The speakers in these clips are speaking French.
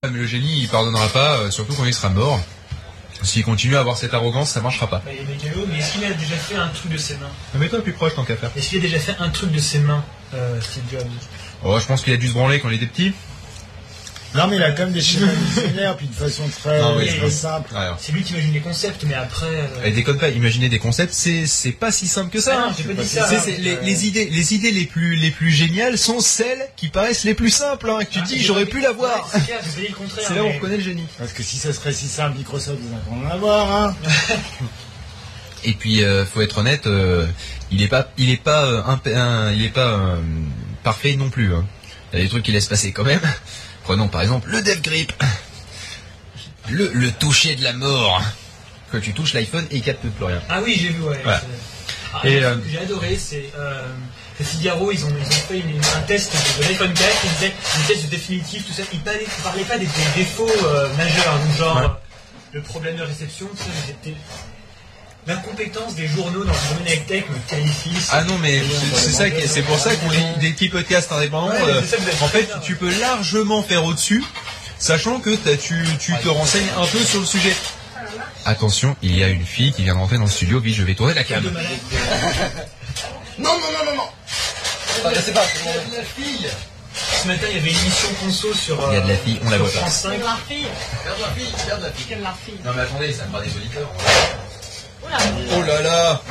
Mais le génie, il pardonnera pas, surtout quand il sera mort. S'il continue à avoir cette arrogance, ça marchera pas. Il est mégalo, mais est-ce qu'il a déjà fait un truc de ses mains? Mets-toi plus proche tant qu'à faire. Est-ce qu'il a déjà fait un truc de ses mains, Steve Jobs? Oh, je pense qu'il a dû se branler quand il était petit. Non, mais il a quand même des schémas visionnaires, puis de façon très simple. Alors. C'est lui qui imagine les concepts, mais après... Déconne pas, imaginer des concepts, c'est pas si simple que ça. Ah non, j'ai pas dit ça. Les idées les plus géniales sont celles qui paraissent les plus simples, hein, que tu dis, j'aurais pu l'avoir. C'est clair, j'ai dit le contraire. C'est là où on reconnaît le génie. Parce que si ça serait si simple, Microsoft, ils vont en avoir, hein. Et puis, faut être honnête, il est pas parfait non plus, hein. Il y a des trucs qui laissent passer quand même. Prenons par exemple le Dev Grip. Le toucher de la mort. Que tu touches l'iPhone et il capte plus rien. Ah oui, j'ai vu, ouais. Voilà. Et ce que j'ai adoré, c'est Figaro, ils ont fait un test de l'iPhone 4, ils disaient un test définitif, tout ça. Ils parlaient pas des défauts majeurs, donc genre le problème de réception, tout ça, mais c'était l'incompétence des journaux dans le domaine tech me qualifie. Ah non, mais c'est pour ça qu'on lit des petits podcasts indépendants. En fait, tu peux largement faire au-dessus, sachant que tu te renseignes un peu sur le sujet. Attention, il y a une fille qui vient de rentrer dans le studio. Oui, je vais tourner la cam. Non. C'est pas. Il y a de la fille. Ce matin, il y avait une émission conso sur. Il y a de la fille, on la voit pas. France 5. Regarde la fille. Non mais attendez, ça me fera des auditeurs. Oh là là!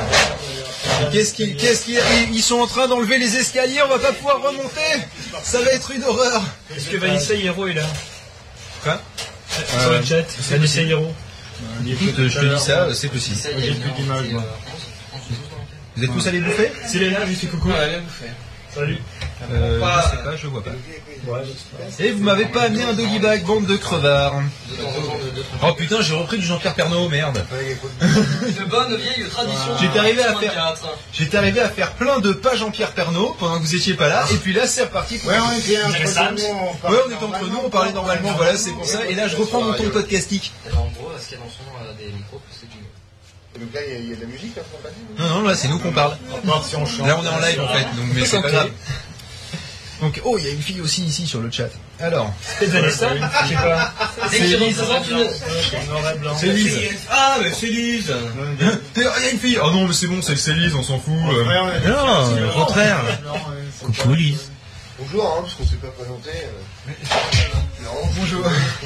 Ils sont en train d'enlever les escaliers, on va pas pouvoir remonter! Ça va être une horreur! Est-ce que Vanessa Hierro est là? Quoi? Sur le chat, Vanessa Hierro. Écoute, je te dis ça, c'est possible. J'ai plus d'image, moi. Vous êtes tous allés bouffer? C'est là, je lui fais coucou. Ouais, elle a bouffé. Salut. Je sais pas, je vois pas. Et vous m'avez pas amené un doggy bag, bande de crevards. Oh putain, j'ai repris du Jean-Pierre Pernaut, merde. De bonne vieille tradition. J'étais arrivé à faire plein de pas Jean-Pierre Pernaut pendant que vous étiez pas là, et puis là c'est reparti. Ouais, on était entre nous, on parlait normalement, voilà, c'est pour ça. Et là je reprends mon ton podcastique. En gros, ce qu'il y a dans son des micros, c'est du. Donc là, il y a de la musique à fond. Non, là c'est nous qu'on parle. Si on chante. Là on est en live en fait, donc mais c'est pas grave. Donc, oh, il y a une fille aussi ici sur le chat. Alors. C'est Vanessa? Je sais pas. C'est Lise. C'est Lise. Ah, mais c'est Lise. Il y a une fille. Oh non, mais c'est bon, c'est Lise, on s'en fout. Non, au contraire. Coucou Lise. Bonjour, hein, parce qu'on s'est pas présenté. Non, bonjour.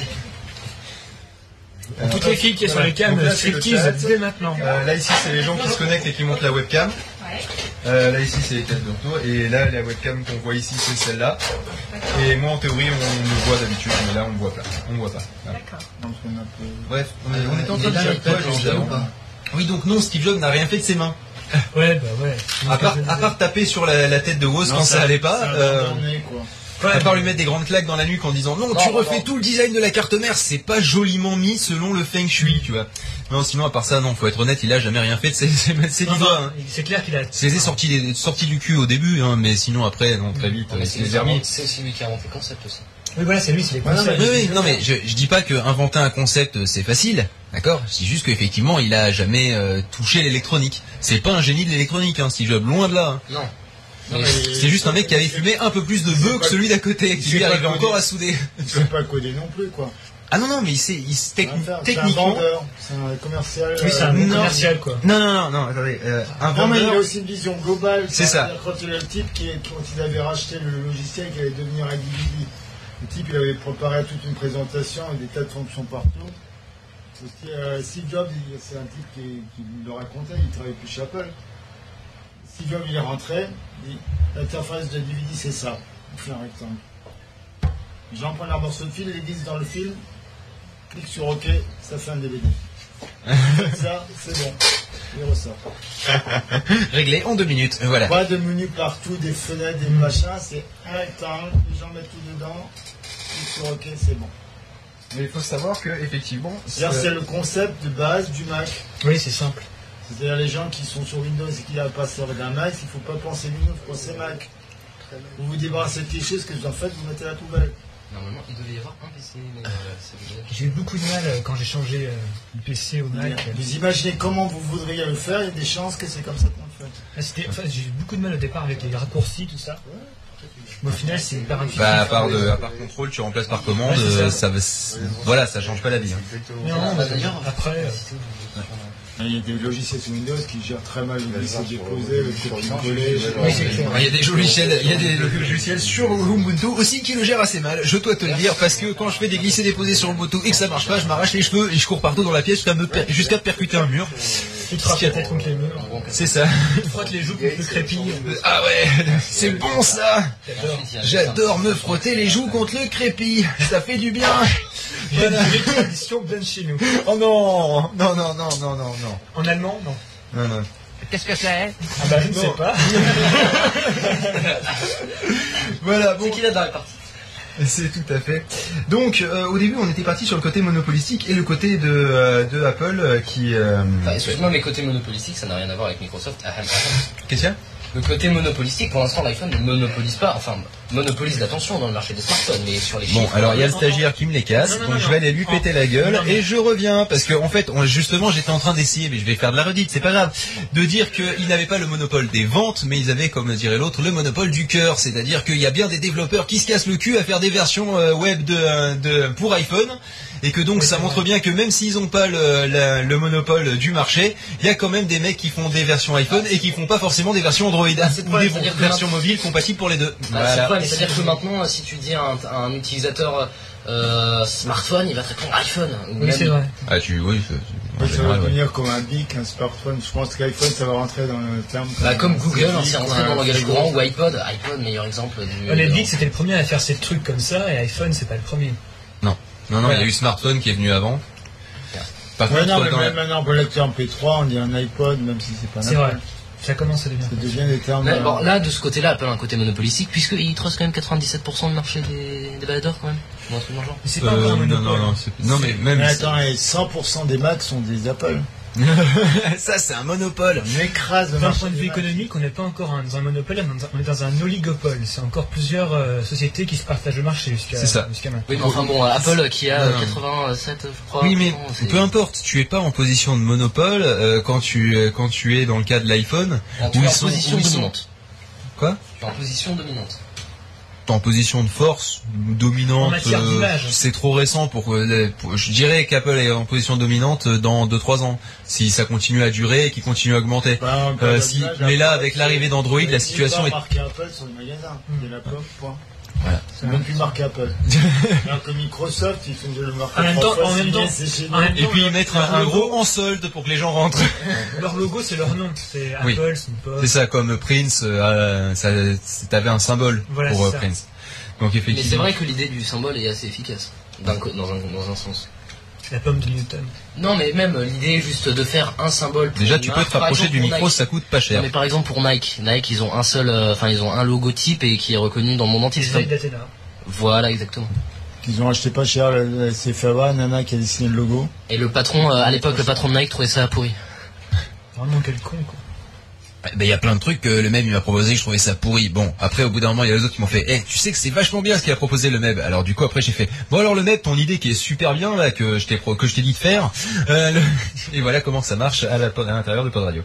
Toutes les filles qui sont sur les cams, striptease dès maintenant. Là ici c'est les gens qui se connectent et qui montent la webcam. Là ici c'est les têtes de retour et là la webcam qu'on voit ici c'est celle-là. Et moi en théorie on le voit d'habitude mais là on ne voit pas. Voilà. D'accord. Bref, on était en train de dire quoi juste avant. Oui donc non, Steve Jobs n'a rien fait de ses mains. Ouais bah ouais. À part taper sur la tête de Woz quand ça allait pas. À part lui mettre des grandes claques dans la nuque en disant non, tu refais tout le design de la carte mère, c'est pas joliment mis selon le feng shui, tu vois. Non, sinon à part ça, non, faut être honnête, il a jamais rien fait de ses 10 doigts. Hein. C'est clair qu'il a. C'est les sorti du cul au début, hein, mais sinon après, non, très vite, il s'est remis. C'est aussi lui qui a inventé le concept aussi. Oui, voilà, c'est lui, c'est les concepts. Oui, non, mais je dis pas que inventer un concept c'est facile, d'accord. C'est juste qu'effectivement, il a jamais touché l'électronique. C'est pas un génie de l'électronique, hein, Steve Jobs, loin de là. Hein. Non. C'est juste un mec qui avait fumé un peu plus de bœufs que celui d'à côté, qui lui arrivait encore à souder. C'est pas codé non plus, quoi. Ah non, mais techniquement. C'est un vendeur, c'est un commercial. Oui, c'est un bon commercial, quoi. Non, attendez. Un vendeur. Mais il a aussi une vision globale. C'est ça. Quand il a le type quand il avait racheté le logiciel qui allait devenir un DVD, le type il avait préparé toute une présentation avec des tas de fonctions partout. Steve Jobs, c'est un type qui le racontait, il travaillait plus chez Apple. Steve Jobs il est rentré, il dit l'interface de DVD c'est ça, il fait un rectangle. J'emprunte un morceau de fil, il glisse dans le film, clique sur OK, ça fait un DVD. Ça, c'est bon, il ressort. Réglé en 2 minutes, voilà. Pas de menu partout, des fenêtres, des machins, c'est un rectangle, les gens mettent tout dedans, clique sur OK, c'est bon. Mais il faut savoir que effectivement, c'est le concept de base du Mac. Oui, c'est simple. C'est-à-dire les gens qui sont sur Windows et qui n'ont pas servi d'un Mac, il ne faut pas penser Windows, il faut penser Mac. Vous vous débarrassez de quelque chose, ce que vous en faites, vous mettez à la poubelle. Normalement, il devait y avoir un PC, mais j'ai eu beaucoup de mal quand j'ai changé du PC au Mac. Vous imaginez comment vous voudriez le faire, il y a des chances que c'est comme ça qu'on le fait. J'ai eu beaucoup de mal au départ avec les raccourcis, tout ça. Mais au final, c'est hyper intuitif. Bah, à part contrôle, tu remplaces par commande, voilà, ça change pas la vie. Hein. Non, d'ailleurs, après. Il y a des logiciels sous Windows qui gèrent très mal le glisser-déposer, le copier-coller. Il y a des logiciels sur Ubuntu aussi qui le gèrent assez mal, je dois te le dire, parce que quand je fais des glisser-déposer sur Ubuntu et que ça marche pas, je m'arrache les cheveux et je cours partout dans la pièce jusqu'à percuter un mur. Tu te frappes la tête contre les murs. C'est ça. Tu te frottes les joues contre le crépi. Ah ouais, c'est bon ça. J'adore me frotter les joues contre le crépi. Ça fait du bien. Voilà. Une tradition bien chez nous. Oh non. En allemand, non. Non. Qu'est-ce que c'est? Ah bah je ne sais pas. Voilà, bon. C'est qui là dans la partie? C'est tout à fait. Donc, au début, on était parti sur le côté monopolistique et le côté de Apple qui... Excuse-moi, mais côté monopolistique, ça n'a rien à voir avec Microsoft. Qu'est-ce qu'il y a? Le côté monopolistique, pour l'instant, l'iPhone ne monopolise pas, enfin, monopolise l'attention dans le marché des smartphones, mais sur les chiffres... Bon, alors il y a le stagiaire qui me les casse, donc je vais aller lui péter la gueule et je reviens, parce que en fait, justement, j'étais en train d'essayer, mais je vais faire de la redite, c'est pas grave, de dire qu'ils n'avaient pas le monopole des ventes, mais ils avaient, comme dirait l'autre, le monopole du cœur, c'est-à-dire qu'il y a bien des développeurs qui se cassent le cul à faire des versions web pour iPhone, et que donc ça montre bien que même s'ils n'ont pas le monopole du marché, il y a quand même des mecs qui font des versions iPhone et qui font pas forcément des versions Android, ou des versions mobiles compatibles pour les deux. Voilà. C'est-à-dire que maintenant, si tu dis à un utilisateur smartphone, il va te répondre iPhone. Oui, c'est vrai. Ah, oui, Ça va devenir comme un BIC, un smartphone. Je pense qu'iPhone, ça va rentrer dans le terme. Comme Google, c'est rentré dans le langage courant, ou iPod, meilleur exemple du... Les BIC, c'était le premier à faire ces trucs comme ça, et iPhone, c'est pas le premier. Non, il y a eu smartphone qui est venu avant. Par contre, même maintenant, pour le lecteur MP3, on dit un iPod, même si c'est pas un C'est vrai. Ça commence à devenir. Ça devient des termes. Bon, là, de ce côté-là, Apple a un côté monopolistique, puisqu'il trosse quand même 97% du marché des baladeurs, quand même. Ou un truc dans le genre. Mais c'est pas encore un monopole. Non, mais même. Mais attends, 100% des Macs sont des Apple. Ça, c'est un monopole. On écrase le D'un marché point de vue économique, on n'est pas encore dans un monopole, on est dans un oligopole. C'est encore plusieurs sociétés qui se partagent le marché jusqu'à maintenant. Oui, mais enfin bon, Apple qui a 87, je crois. Oui, mais peu importe, tu es pas en position de monopole quand tu es dans le cas de l'iPhone. Tu es en position dominante. Quoi? Tu es en position dominante. En position de force dominante, en matière d'image. C'est trop récent je dirais qu'Apple est en position dominante dans 2-3 ans, si ça continue à durer et qu'il continue à augmenter. Mais là, avec l'arrivée d'Android, la situation est... marqué Apple sur le magasin, de la pomme, point. Voilà. C'est même plus marqué Apple. Alors que Microsoft, ils font de le marquer. En même temps, et puis ils mettent un gros en solde pour que les gens rentrent. Leur logo, c'est leur nom. C'est Apple, c'est une pomme. C'est ça, comme Prince, t'avais un symbole pour Prince. Donc effectivement. Mais c'est vrai que l'idée du symbole est assez efficace, dans un sens. La pomme de Newton. Non, mais même l'idée juste de faire un symbole. Déjà, tu peux te rapprocher du micro, ça coûte pas cher. Non, mais par exemple pour Nike, ils ont ils ont un logotype et qui est reconnu dans le monde entier. Les d'Athéna. Voilà, exactement. Ils ont acheté pas cher, c'est Fawa, Nana qui a dessiné le logo. Et le patron, à l'époque, le patron de Nike trouvait ça pourri. Vraiment quel con, quoi. Il y a plein de trucs que le MEB il m'a proposé, je trouvais ça pourri. Bon, après au bout d'un moment il y a les autres qui m'ont fait tu sais que c'est vachement bien ce qu'il a proposé le MEB. Alors du coup après j'ai fait bon alors le MEB, ton idée qui est super bien là que je t'ai dit de faire et voilà comment ça marche à l'intérieur de Pod Radio.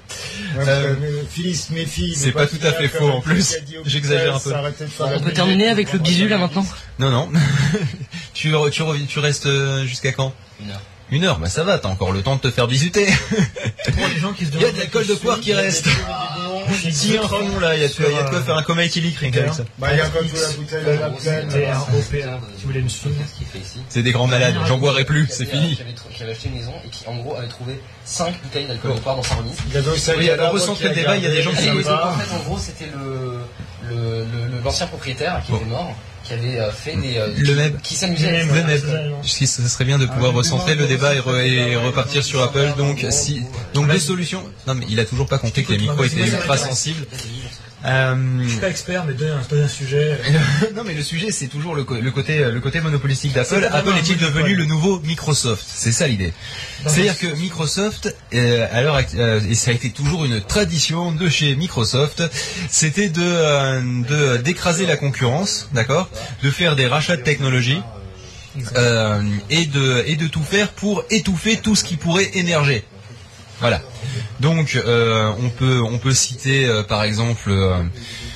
C'est pas tout à fait faux en plus. J'exagère un peu. On peut terminer avec le bisu là maintenant? Non. tu restes jusqu'à quand? 1 heure, bah ça va, t'as encore le temps de te faire bisuter. Pour les gens qui se il y a de l'alcool de poire qui reste. Si, là, il y a de quoi faire un coma éthylique avec ça. Il y a comme la bouteille de la plaine. Si vous voulez me suivre. C'est des grands malades, j'en boirai plus, c'est fini. Qui avait acheté une maison et qui en gros avait trouvé 5 bouteilles d'alcool de poire dans sa remise. Oui, alors recentrer le débat, il y a des gens qui en fait, en gros, c'était l'ancien propriétaire qui était mort. Qui avait fait le MEB. Qui s'amusait. Le MEB. Ça serait bien de pouvoir recentrer le débat et repartir sur Apple. Donc, deux solutions. Non, mais il a toujours pas compris que les micros étaient ultra sensibles. Je suis pas expert, mais donne un sujet. Non, mais le sujet, c'est toujours le côté monopolistique d'Apple. Apple est-il devenu le nouveau Microsoft? C'est ça l'idée. C'est-à-dire que Microsoft, et ça a été toujours une tradition de chez Microsoft, c'était d'écraser la concurrence, d'accord, de faire des rachats de technologie. Et de tout faire pour étouffer tout ce qui pourrait émerger. Voilà. Donc on peut citer par exemple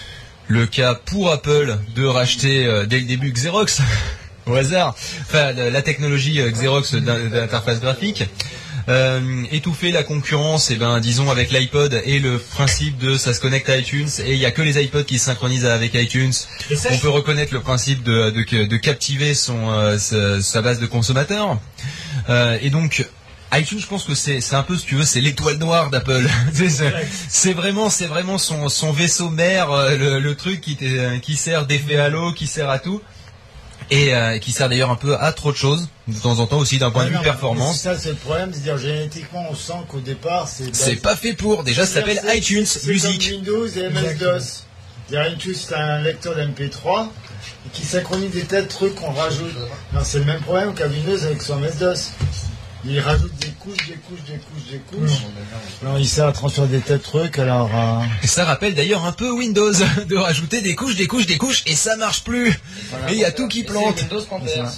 le cas pour Apple de racheter dès le début Xerox, au hasard, enfin la technologie Xerox d'interface graphique. Étouffer la concurrence, disons avec l'iPod et le principe de ça se connecte à iTunes et il y a que les iPods qui se synchronisent avec iTunes. On peut reconnaître le principe de captiver sa base de consommateurs. Et donc iTunes, je pense que c'est un peu, si tu veux, c'est l'étoile noire d'Apple. c'est vraiment son vaisseau mère, le truc qui sert d'effet halo, qui sert à tout. Et qui sert d'ailleurs un peu à trop de choses, de temps en temps aussi d'un point de vue performance. Ça c'est le problème, c'est-à-dire génétiquement on sent qu'au départ c'est pas fait pour, déjà ça s'appelle iTunes Music. C'est comme Windows et MS-DOS. iTunes c'est un lecteur d'MP3 qui synchronise des tas de trucs qu'on rajoute. Non, c'est le même problème qu'à Windows avec son MS-DOS. Il rajoute des couches. Alors il sert à transférer des tas de trucs, alors... Et ça rappelle d'ailleurs un peu Windows, de rajouter des couches, et ça marche plus. Voilà. Et il y a tout qui plante. Quoi ?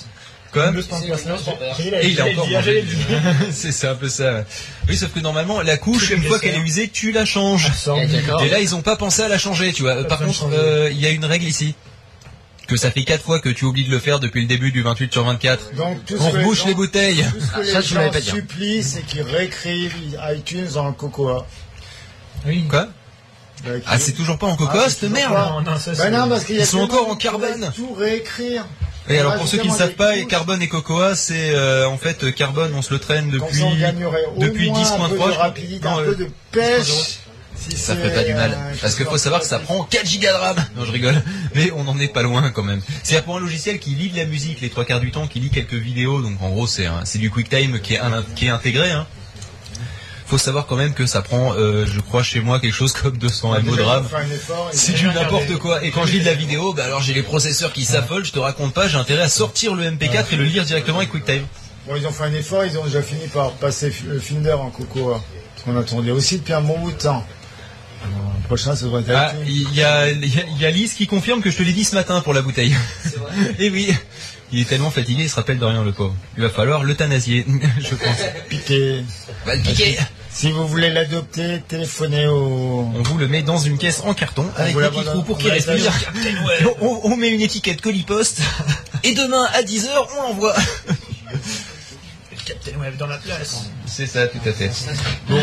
Et il a encore mangé. C'est un peu ça. Oui, sauf que normalement, la couche, une fois qu'elle est usée, tu la changes. Et là, ils n'ont pas pensé à la changer, tu vois. Par contre, il y a une règle ici. Que ça fait 4 fois que tu oublies de le faire depuis le début du 28/24. Donc, on rebouche les bouteilles. Tout ce que les gens supplient, c'est qu'ils réécrivent iTunes en Cocoa. Oui. Quoi ? C'est toujours pas en Cocoa, cette merde. Non, parce qu'ils sont encore en Carbone. Tout réécrire. Et alors pour ceux qui ne savent pas, Carbone et Cocoa, c'est en fait Carbone, on se le traîne depuis 10.3. Un peu de rapidité, un peu de pêche. Ça fait pas du mal. Parce qu'il faut savoir que ça prend 4 gigas de RAM. Non, je rigole. Mais on n'en est pas loin quand même. C'est pour un logiciel qui lit de la musique les 3/4 du temps, qui lit quelques vidéos. Donc en gros, c'est du QuickTime qui est intégré. Faut savoir quand même que ça prend, je crois chez moi, quelque chose comme 200 MO de RAM. C'est du n'importe quoi. Et quand je lis de la vidéo, alors j'ai les processeurs qui s'affolent, je te raconte pas, j'ai intérêt à sortir le MP4 et le lire directement avec QuickTime. Bon, ils ont fait un effort, ils ont déjà fini par passer Finder en Cocoa. Parce qu'on attendait aussi depuis un bon bout de temps. Le prochain, ça devrait être... il y a Lise qui confirme que je te l'ai dit ce matin pour la bouteille. C'est vrai. Et oui. Il est tellement fatigué, il se rappelle de rien, le pauvre. Il va falloir l'euthanasier, je pense. Piquer. Va le piquer. Si vous voulez l'adopter, téléphonez au... On vous le met dans une caisse en carton avec des petits trous pour qu'il respire. On met une étiquette Colipost et demain à 10h, on l'envoie. Captain Web dans la place. C'est ça, tout à fait. Bon.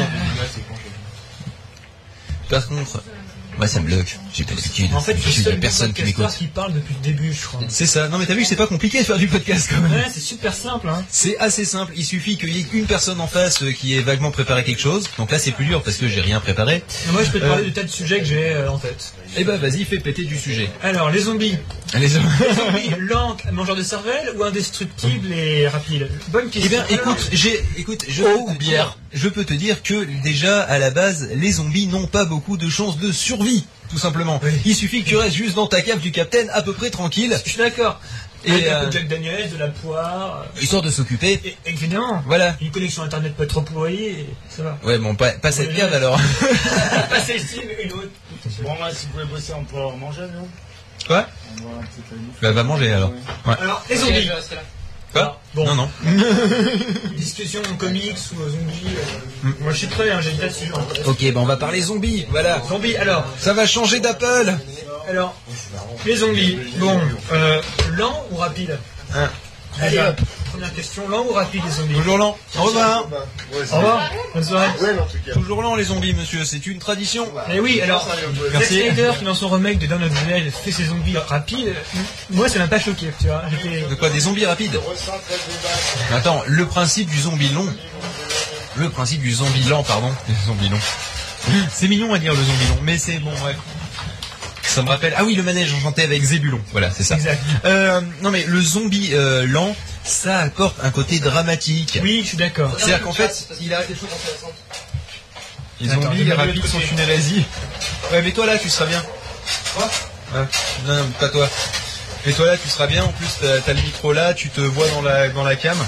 Par contre, moi ça me bloque, j'ai pas l'habitude. En fait, je suis la personne qui m'écoute. Qui parle depuis le début, je crois. C'est ça. Non mais t'as vu que c'est pas compliqué de faire du podcast quand même. Ouais, c'est super simple. C'est assez simple. Il suffit qu'il y ait une personne en face qui ait vaguement préparé quelque chose. Donc là c'est plus dur parce que j'ai rien préparé. Moi je peux te parler de tas de sujets que j'ai en tête. Eh ben vas-y, fais péter du sujet. Alors les zombies. Les zombies lents, mangeurs de cervelle ou indestructibles et rapides? Bonne question. Eh bien écoute, je peux te dire que déjà à la base les zombies n'ont pas beaucoup de chances de survie. Tout simplement. Oui. Il suffit que tu restes juste dans ta cave du Capitaine à peu près tranquille. Je suis d'accord. Et un peu de Jack Daniels, de la poire. Histoire de s'occuper. Évidemment. Voilà. Une connexion internet pas trop pourrie et ça va. Ouais, bon, pas cette cave alors. Pas celle-ci, mais une autre. Bon, moi, si vous pouvez bosser, on peut manger, nous. Quoi? Va manger alors. Ouais. Alors, les zombies. Quoi? Bon. Non. Discussion comics ou zombies. Moi je suis prêt, j'ai une tête dessus. Ok, on va parler zombies. Voilà. Zombies, alors. Ça va changer d'Apple. Alors, les zombies. Bon, lent ou rapide? Allez hop. Première question, lent ou rapide les zombies? Toujours lent. Au revoir. Au revoir. Bonne soirée. Toujours lent les zombies, monsieur, c'est une tradition. Et oui, alors, Zack Snyder qui dans son remake de Dawn of the Dead fait ses zombies rapides, moi ça m'a pas choqué, tu vois. De quoi, des zombies rapides? Attends, le principe du zombie long. Le principe du zombie lent, pardon. Zombie long. C'est mignon à dire le zombie long, mais c'est bon, ouais. Ça me rappelle... Ah oui, le manège enchanté avec Zébulon. Voilà, c'est ça. Exact. Non mais le zombie lent, ça apporte un côté dramatique. Oui, je suis d'accord. C'est-à-dire qu'en fait, il a des choses intéressantes. Les zombies, les rapides sont une hérésie. Ouais, mais toi là, tu seras bien. Quoi? Non, pas toi. Mais toi là, tu seras bien. En plus, t'as le micro là, tu te vois dans la cam.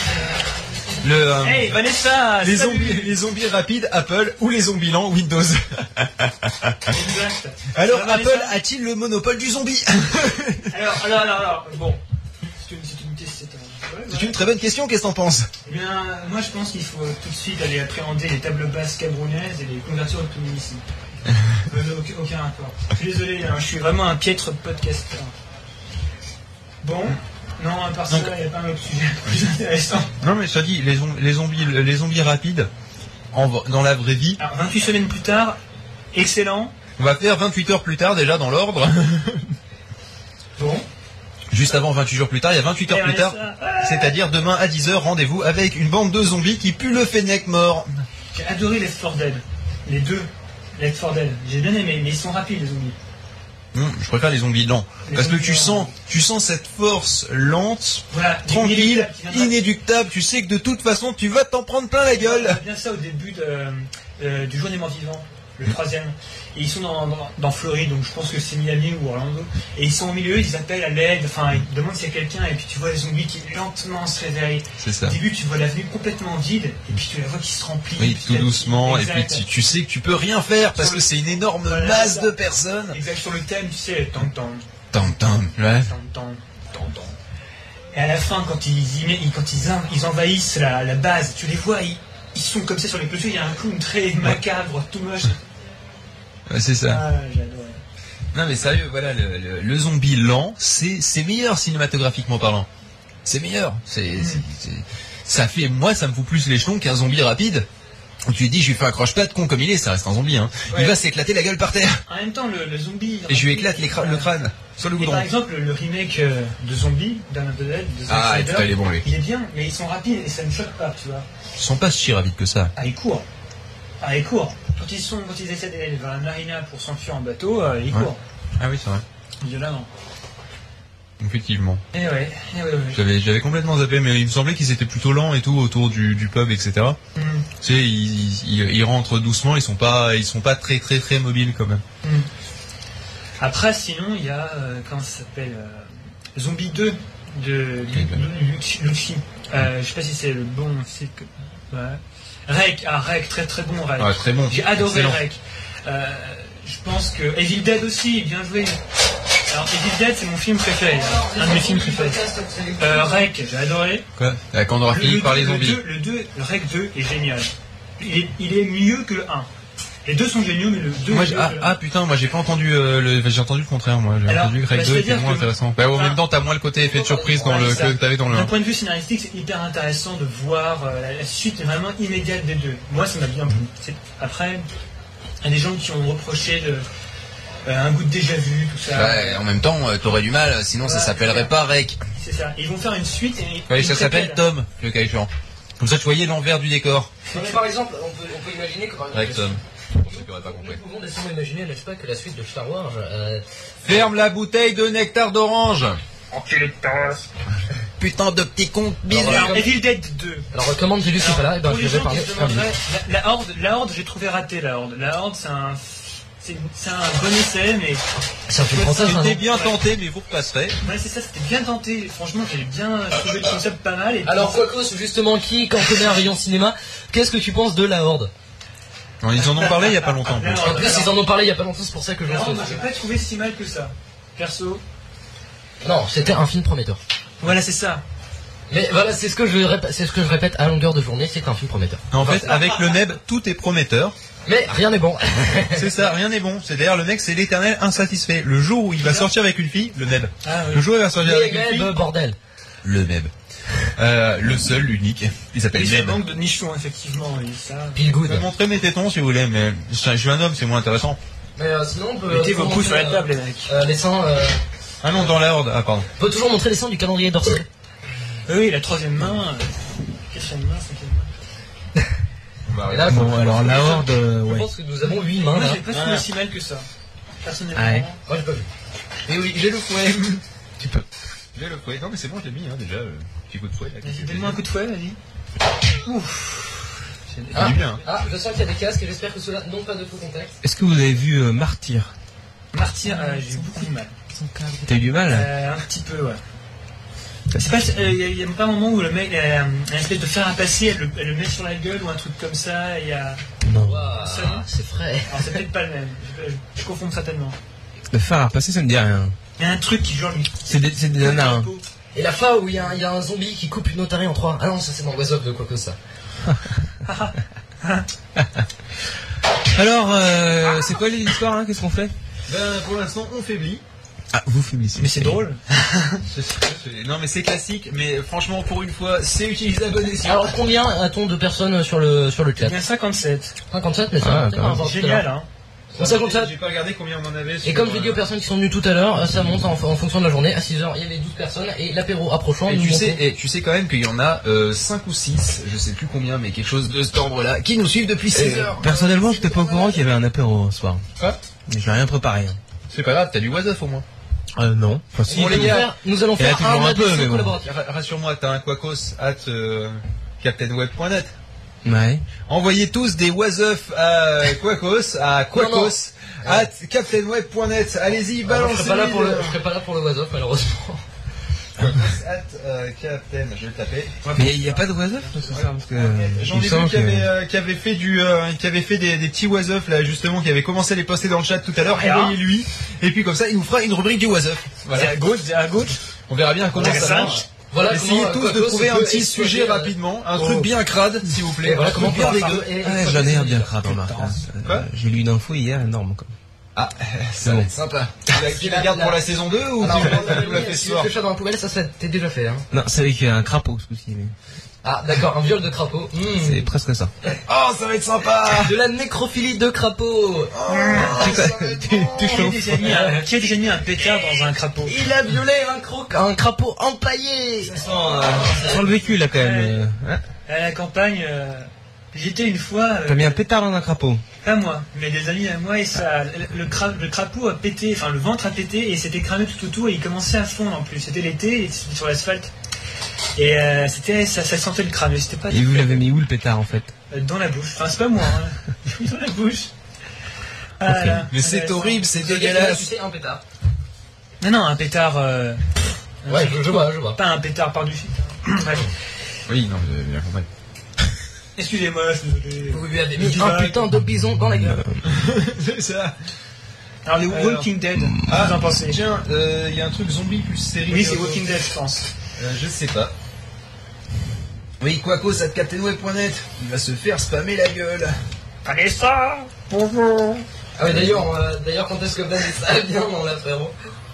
Hey Vanessa, les zombies rapides Apple ou les zombies lents Windows. Exact. Alors Apple a-t-il le monopole du zombie? alors, bon. C'est une très bonne question, qu'est-ce que t'en penses? Eh bien, moi je pense qu'il faut tout de suite aller appréhender les tables basses camerounaises et les convertir au communisme. Aucun rapport. Je suis désolé, hein, je suis vraiment un piètre podcasteur. Bon, non, à part ça, il n'y a pas un autre sujet plus intéressant. Non, mais je te dis, les zombies rapides, dans la vraie vie. Alors, 28 semaines plus tard, excellent. On va faire 28 heures plus tard, déjà, dans l'ordre. Bon. Juste avant 28 jours plus tard, il y a 28 heures plus tard. C'est-à-dire demain à 10h, rendez-vous avec une bande de zombies qui pue le fennec mort. J'ai adoré Left 4 Dead. Les deux. Left 4 Dead. J'ai bien aimé, mais ils sont rapides, les zombies. Je préfère les zombies lents. Parce que tu sens cette force lente, voilà, tranquille, inéductable. Tu sais que de toute façon, tu vas t'en prendre plein la gueule. On bien ça au début du jour des morts vivants, le troisième. Et ils sont dans Floride, donc je pense que c'est Miami ou Orlando. Et ils sont au milieu, ils appellent à l'aide, enfin ils demandent s'il y a quelqu'un, et puis tu vois les zombies qui lentement se réveillent. C'est ça. Au début, tu vois l'avenue complètement vide, et puis tu la vois qui se remplit. Oui, tout doucement, exact. et puis tu sais que tu peux rien faire parce que c'est une énorme masse de personnes. Exact, sur le thème, tu sais, tant. Ouais. Et à la fin, quand ils envahissent la base, tu les vois, ils sont comme ça sur les clôtures, il y a un clown très macabre, tout moche. Ouais, c'est ça. Ah, j'adore. Non mais sérieux, voilà, le zombie lent, c'est meilleur cinématographiquement parlant. C'est meilleur. Ça fait, moi, ça me fout plus les jetons qu'un zombie rapide. Où tu lui dis, je lui fais un croche-patte con comme il est, ça reste un zombie, hein. Ouais. Il va s'éclater la gueule par terre. En même temps, le zombie. Et je lui éclate le crâne sur le goudron. Par exemple, le remake de Zombie, Dawn of the Dead, de Zack Snyder, il est bon, lui. Il est bien, mais ils sont rapides et ça ne choque pas, tu vois. Ils sont pas si rapides que ça. Ah, ils courent. Quand ils essaient d'aller vers la marina pour s'enfuir en bateau, ils courent. Ah oui, c'est vrai. Violemment. Effectivement. Et ouais. J'avais complètement zappé, mais il me semblait qu'ils étaient plutôt lents et tout autour du pub, etc. Tu sais, ils rentrent doucement, ils sont pas très très très mobiles quand même. Après, sinon, il y a comment ça s'appelle Zombie 2 de Lucci. Je sais pas si c'est le bon. Ouais. Rec, très très bon Rec. Ah, très bon. J'ai adoré Excellent. Rec. Je pense que Evil Dead aussi, bien joué. Alors Evil Dead, c'est mon film préféré, un de mes films préférés. Rec, j'ai adoré. Quoi? Quand on aura fini par les zombies. Le Rec 2 est génial. Il est mieux que le 1. Les deux sont géniaux, mais le 2 moi, est mieux que le 1. Putain, moi j'ai pas entendu j'ai entendu le contraire, moi. J'ai entendu que Rec 2 était moins intéressant. En même temps, t'as moins le côté effet de surprise que t'avais dans le 1. D'un point de vue scénaristique, c'est hyper intéressant de voir la suite vraiment immédiate des deux. Moi, ça m'a bien plu. Après, il y a des gens qui ont reproché un goût de déjà-vu, tout ça. Ouais, en même temps, t'aurais du mal, sinon ça s'appellerait pas Rec. C'est ça. Ils vont faire une suite et... Ouais, ça s'appelle Tom, le cas échéant. Comme ça, tu voyais l'envers du décor. Mais par exemple, on peut imaginer que par exemple... Rec Tom. Pour ceux qui n'auraient pas compris. Nous pouvons laisser imaginer, n'est-ce pas, que la suite de Star Wars... Ferme la bouteille de nectar d'orange. Enculé de tasse. Putain de petit con bizarre. Alors, Evil Dead 2. Alors, recommande Julius qui est pas là, et ben je vais parler. La Horde, j'ai trouvé raté la Horde. La Horde, c'est un bon essai, mais... Ça fait français, c'était bien tenté, mais vous repasserez. Ouais, c'est ça, c'était bien tenté. Franchement, j'ai bien trouvé le concept pas mal. Et alors, Quacos, justement, qui, quand on connaît un rayon cinéma, qu'est-ce que tu penses de la Horde? Non, ils en ont parlé il y a pas longtemps. En plus, ils en ont parlé il y a pas longtemps, c'est pour ça que je la Horde, j'ai pas trouvé si mal que ça. Perso. Non, c'était un film prometteur. Voilà, c'est ça. Mais voilà, c'est ce que je répète à longueur de journée, c'est un film prometteur. En fait, avec le Neb, tout est prometteur. Mais rien n'est bon. C'est ça, rien n'est bon. C'est d'ailleurs le mec, c'est l'éternel insatisfait. Le jour où il va sortir avec une fille, le Neb. Ah, oui. Le jour où il va sortir avec une fille, bordel. Le Neb. Le seul, l'unique. Il s'appelle Il Neb. manque de nichons, effectivement. Ça. Pile good. Je peux montrer mes tétons si vous voulez, mais je suis un homme, c'est moins intéressant. Mais sinon, on peut. Mettez vos pouces sur la table, les mecs. Les seins. Ah non, dans la Horde. Ah pardon. On peut toujours montrer les seins du calendrier d'Orsay. Oui, la troisième main, quatrième main, cinquième main. Et là, bon, alors la Horde, je pense que nous avons 8 mains. Moi, Là. j'ai pas trouvé si mal que ça. Personnellement. Ah ouais. Moi, j'ai pas vu. Et oui, j'ai le fouet. Tu peux. J'ai le fouet. Non, mais c'est bon, je l'ai mis, hein, déjà. Petit coup de fouet. Vas-y, donne-moi un coup de fouet, vas-y. Ouf. C'est du bien. Ah, je sens qu'il y a des casques et j'espère que ceux-là n'ont pas de faux contacts. Est-ce que vous avez vu Martyr? Martyr, j'ai eu beaucoup de mal. T'as eu du mal? Un petit peu, ouais. C'est pas, il y a pas un moment où le mec, un espèce de fer à passer, elle le met sur la gueule ou un truc comme ça, il y a... Non. Wow, c'est frais. Alors c'est peut-être pas le même, je confonds certainement. Le fer à repasser, ça me dit rien. Il y a un truc qui genre lui... C'est des nanas, hein. Et la fois où il y a un zombie qui coupe une otarie en 3. Ah non, ça c'est dans West of de quoi que ça. Alors, c'est quoi l'histoire, hein? Qu'est-ce qu'on fait? Ben, pour l'instant, on faiblit. Ah, vous faiblissez. Mais c'est drôle. Non, mais c'est classique, mais franchement, pour une fois, c'est utilisable à bon escient. Alors, combien a-t-on de personnes sur le chat? Bien 57. 57, mais Ah, c'est bah, Génial, hein. 57. J'ai pas regardé combien on en avait. Et comme j'ai dit aux personnes qui sont venues tout à l'heure, ça monte en fonction de la journée. À 6h, il y avait 12 personnes et l'apéro approchant. Et tu sais quand même qu'il y en a 5 ou 6, je sais plus combien, mais quelque chose de cet ordre-là, qui nous suivent depuis 6 heures. Personnellement, j'étais pas au courant qu'il y avait un apéro ce soir. Quoi? Mais j'ai rien préparé. Hein. C'est pas grave, t'as du was-off au moins. Non. Enfin, si, Bon, les gars, nous allons il y a faire toujours un peu, mais bon. collaboratif. Rassure-moi, t'as un quacos at captainweb.net. Ouais. Envoyez tous des was-off à quacos, at captainweb.net. Allez-y, Je balancez. serai pas là pour le was-off, malheureusement. Captain, je vais le taper. Mais il n'y a pas de was-off ce soir parce que J'en ai vu qui avait fait qui avait fait des petits was-off là justement, qui avait commencé à les poster dans le chat tout à l'heure. Envoyez-lui. Et puis comme ça, il nous fera une rubrique du was-off. Voilà. C'est à gauche. On verra bien comment ça marche. Voilà. Essayez tous de trouver un petit sujet rapidement, un truc bien crade, s'il vous plaît. Voilà comment bien dégueu. Ouais, j'en ai un bien crade, remarque. J'ai lu une info hier énorme quoi. Ah, ça va être sympa. Tu la gardes pour la saison 2 ou tu la fais ce soir? Le chat dans la poubelle, ça t'es déjà fait. Hein. Non, c'est avec un crapaud ce coup-ci. Mais... Ah, d'accord, un viol de crapaud. C'est presque ça. Oh, ça va être sympa. De la nécrophilie de crapaud. Tu chauffes. Qui a déjà mis un pétard dans un crapaud? Il a violé un crapaud empaillé. Sans le vécu là quand même. Hein, À la campagne, j'étais une fois. t'as mis un pétard dans un crapaud. Pas moi, mais des amis à moi, et ça, le crapaud a pété, enfin le ventre a pété et c'était cramé tout autour et il commençait à fondre en plus. C'était l'été, et c'était sur l'asphalte. Et ça sentait le cramé, c'était pas. Et vous l'avez mis où le pétard en fait? Dans la bouche. Enfin, c'est pas moi, hein. J'ai mis dans la bouche. Okay. Mais c'est horrible, c'est Tu dégueulasse. sais, un pétard. Non, un pétard. Ouais, je vois. Pas un pétard par-dessus. Bref. Oui, non, vous avez bien compris. Excusez-moi, je suis désolé. Vous lui avez mis un putain de bison dans la gueule. C'est ça. Alors, les Walking Dead, qu'est-ce que vous en pensez? Tiens, il y a un truc zombie plus série. Oui, c'est Walking Dead, je pense. Je sais pas. Oui, quacos at captainweb.net. Il va se faire spammer la gueule. Allez, ça! Bonjour! Ah ouais, d'ailleurs, quand est-ce que Ben dit ça bien, mon frérot?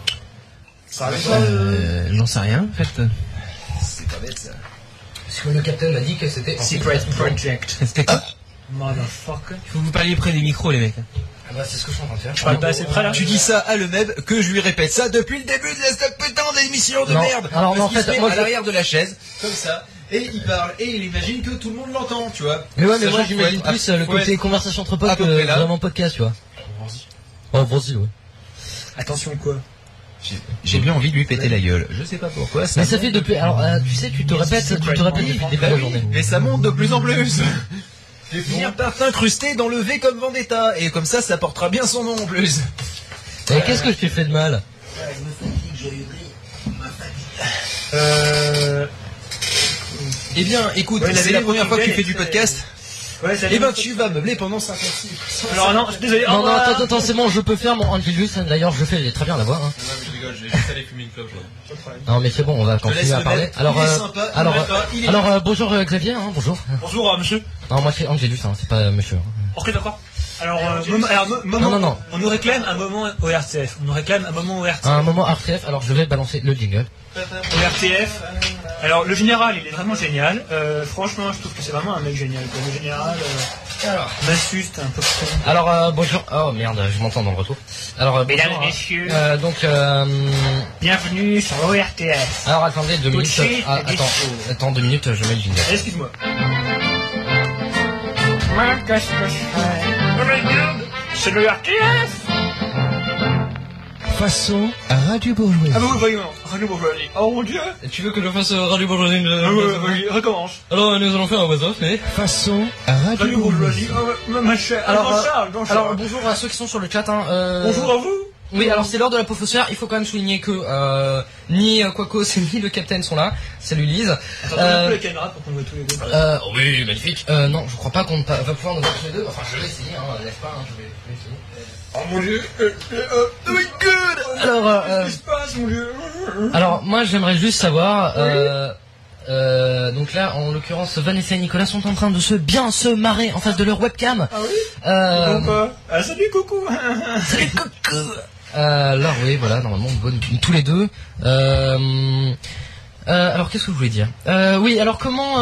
Ça arrive pas. J'en sais rien en fait. C'est pas bête ça. Parce que le capitaine m'a dit que c'était Secret Project. C'était quoi? Motherfucker. Il faut que vous parliez près des micros les mecs. Ah bah c'est ce que je suis en train de faire. Je parle pas assez près là? Tu dis ça à le Meb, que je lui répète ça depuis le début de cette putain d'émission de Non. merde. Alors, Parce en qu'il fait, se met moi, à l'arrière de la chaise, comme ça, et il parle, et il imagine que tout le monde l'entend, tu vois. Mais ouais, mais Sachant moi qu'il j'imagine faut être- plus le faut côté être- conversation entre à potes peu que près là. vraiment podcast, tu vois. Oh, vas-y, ouais. Attention quoi? J'ai bien envie de lui péter la gueule. Je sais pas pourquoi. Mais ça fait depuis. Alors, tu sais, tu te répètes depuis le début de la journée. Mais ça monte de plus en plus. Je vais finir par t'incruster dans le V comme Vendetta, et comme ça portera bien son nom en plus. Et qu'est-ce que je t'ai fait de mal? Eh bien, écoute, Ouais, c'est la première fois que tu Dead, fais du podcast. Ouais, ça Eh ben, tu vas meubler pendant 56. Alors non, je suis désolé. Non, non, attends, c'est bon, je peux faire mon Angelus. D'ailleurs, je fais très bien la voix. Hein. Non, mais je rigole, je vais juste aller fumer une clope. Non, mais c'est bon, on va continuer à parler. Alors, bonjour Xavier, hein, bonjour. Bonjour monsieur. Non, moi c'est Angelus, hein, c'est pas monsieur. Ok, d'accord. Alors, non. On nous réclame un moment au RTF. On nous réclame un moment au RTF. À un moment RTF, alors je vais balancer le jingle. Au RTF. Alors, le général, il est vraiment génial. Franchement, je trouve que c'est vraiment un mec génial. Quoi. Le général, Massus, t'es un peu con. Alors, bonjour. Oh merde, je m'entends dans le retour. Alors, Mesdames bonjour, et messieurs, bienvenue sur ORTF. Alors, attendez 2 minutes. Coaché, Attends 2 minutes, je mets le jingle. Excuse-moi. Qu'est-ce que je fais? Regarde, c'est le RTF. Passons à Radio Bourgeois. Ah bah oui, voyons. Radio Bourgeoisie. Oh mon dieu. Tu veux que je fasse Radio Bourgeoisie Vas-y, recommence. Alors, nous allons faire un was-off, mais... Passons à Radio Radio Bourgeois. Bourgeoisie. Ma chère. Alors, bonjour à ceux qui sont sur le chat. Hein, bonjour à vous. Oui, alors c'est l'heure de la pauvre faussaire. Il faut quand même souligner que ni Quacos ni le capitaine sont là. Salut Lise. Attends, on a plus la caméra pour qu'on voit tous les deux. Oui, magnifique. Non, je crois pas qu'on va pouvoir nous voir tous les deux. Enfin, je vais essayer, hein, n'est-ce pas, hein, je vais essayer. Oh mon dieu. Oh my god. Alors, Qu'est-ce qui se passe, mon dieu? alors moi j'aimerais juste savoir Donc là, en l'occurrence, Vanessa et Nicolas sont en train de se marrer en face de leur webcam. Ah oui. Donc quoi salut coucou. Salut coucou. Alors oui, voilà, normalement, tous les deux. Alors qu'est-ce que je voulais dire oui, alors comment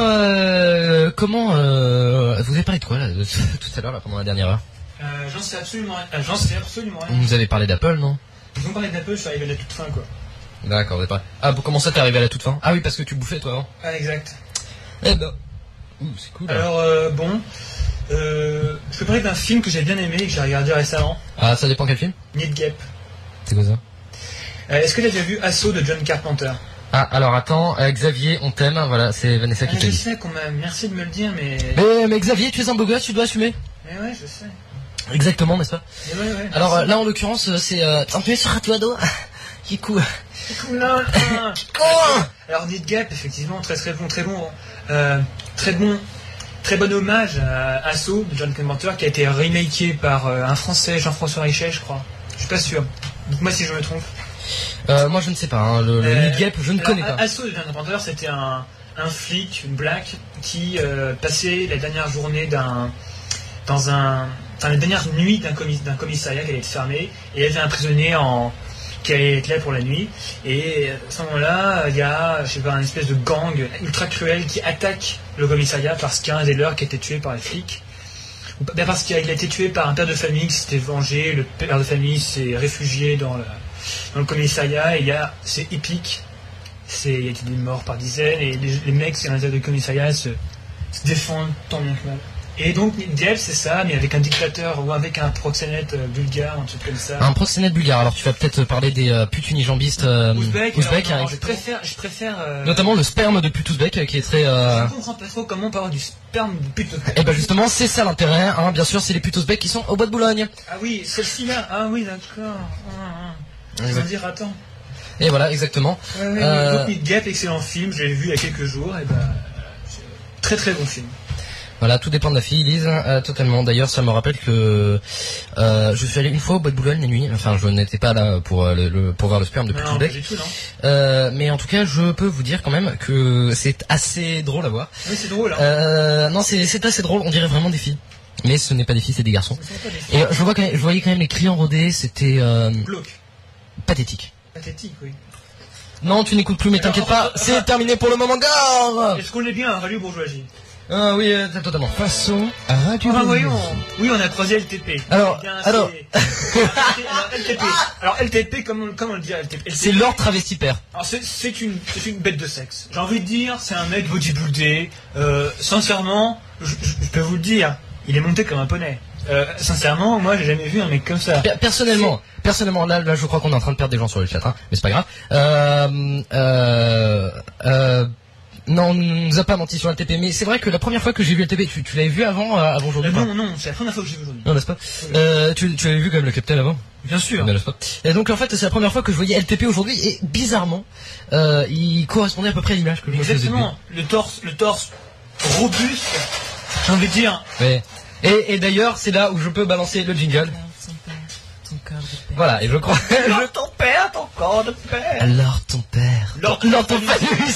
vous avez parlé de quoi là tout à l'heure là pendant la dernière heure? J'en sais absolument rien. Vous avez parlé d'Apple, non? Ils ont parlé d'Apple, je suis arrivé à la toute fin quoi. D'accord, vous avez parlé. Ah, comment ça t'es arrivé à la toute fin? Ah oui, parce que tu bouffais toi avant. Ah exact. Eh ben, c'est cool. Alors je peux parler d'un film que j'ai bien aimé et que j'ai regardé récemment. Ah, ça dépend quel film? Need Gap. C'est quoi ça? Est-ce que tu as déjà vu Assaut de John Carpenter? Ah, alors attends, Xavier, on t'aime, voilà, c'est Vanessa qui te dit. dit. Je sais qu'on m'a... Merci de me le dire, mais... Mais Xavier, tu es un beau gosse, tu dois assumer. Mais ouais, je sais. Exactement, n'est-ce pas? Ouais, alors là, en l'occurrence, c'est... un peu sur Ratuado. Qui cool. Alors, Need Gap, effectivement, très bon hommage à Assaut de John Carpenter, qui a été remaké par un Français, Jean-François Richet, je crois. Je suis pas sûr. Dites-moi si je me trompe. Moi je ne sais pas, hein. le Need Gap je ne connais pas. Assaut de John Carpenter, c'était un flic, une black, qui passait la dernière journée la dernière nuit d'un commissariat qui allait être fermé, et elle était emprisonnée qui allait être là pour la nuit, et à ce moment-là, il y a, je sais pas, une espèce de gang ultra cruel qui attaque le commissariat parce qu'il y a un des leurs qui a été tué par les flics. Parce qu'il a été tué par un père de famille qui s'était vengé, le père de famille s'est réfugié dans le commissariat, et c'est épique, il y a des morts par dizaines, et les mecs à l'intérieur du commissariat se défendent tant bien que mal. Et donc Need Gap, c'est ça, mais avec un dictateur ou avec un proxénète bulgare, un truc comme ça. Un proxénète bulgare, alors tu vas peut-être parler des putes unijambistes ouzbeks. Je préfère notamment le sperme de pute ouzbek qui est très... Je comprends pas trop comment on peut avoir du sperme de pute ouzbek. Et ben justement, c'est ça l'intérêt, hein. Bien sûr, c'est les putes ouzbeks qui sont au bois de Boulogne. Ah oui, celle-ci là, ah oui, d'accord. Je veux dire, attends. Et voilà, exactement. Donc Need Gap, excellent film, je l'ai vu il y a quelques jours, et très très bon film. Voilà, tout dépend de la fille, Lise, totalement. D'ailleurs, ça me rappelle que je suis allé une fois au bois de Boulogne la nuit. Enfin, je n'étais pas là pour voir le sperme de Putoubec. Mais en tout cas, je peux vous dire quand même que c'est assez drôle à voir. Oui, c'est drôle. Hein. Non, c'est assez drôle. On dirait vraiment des filles. Mais ce n'est pas des filles, c'est des garçons. Et je voyais quand même les clients rodés. C'était pathétique. Pathétique, oui. Non, tu n'écoutes plus, mais t'inquiète pas, c'est terminé pour le moment. Gare. Est-ce qu'on est bien à Radio Bourgeoisie? Ah oui, totalement. Façon à Radio voyons. Oui, on a croisé LTP. Alors LTP. Alors LTP, comment on le dit LTP? C'est Lord Travesti Père. Alors c'est une bête de sexe. J'ai envie de dire, c'est un mec bodybuildé. Sincèrement, je peux vous le dire, il est monté comme un poney. Sincèrement, moi j'ai jamais vu un mec comme ça. Personnellement, là je crois qu'on est en train de perdre des gens sur le chat, hein, mais c'est pas grave. Non, on nous a pas menti sur LTP, mais c'est vrai que la première fois que j'ai vu LTP, tu l'avais vu avant aujourd'hui? Non, c'est la première fois que j'ai vu aujourd'hui. Non, n'est-ce pas? Tu l'avais vu comme le Capitaine avant? Bien sûr. N'est-ce pas? Et donc en fait, c'est la première fois que je voyais LTP aujourd'hui, et bizarrement, il correspondait à peu près à l'image que je me faisais. Exactement. Le torse robuste, j'ai envie de dire. Ouais. Et d'ailleurs, c'est là où je peux balancer le jingle. Voilà, et je crois... ton père, ton corps de père. Alors ton père... Lord ton phallus.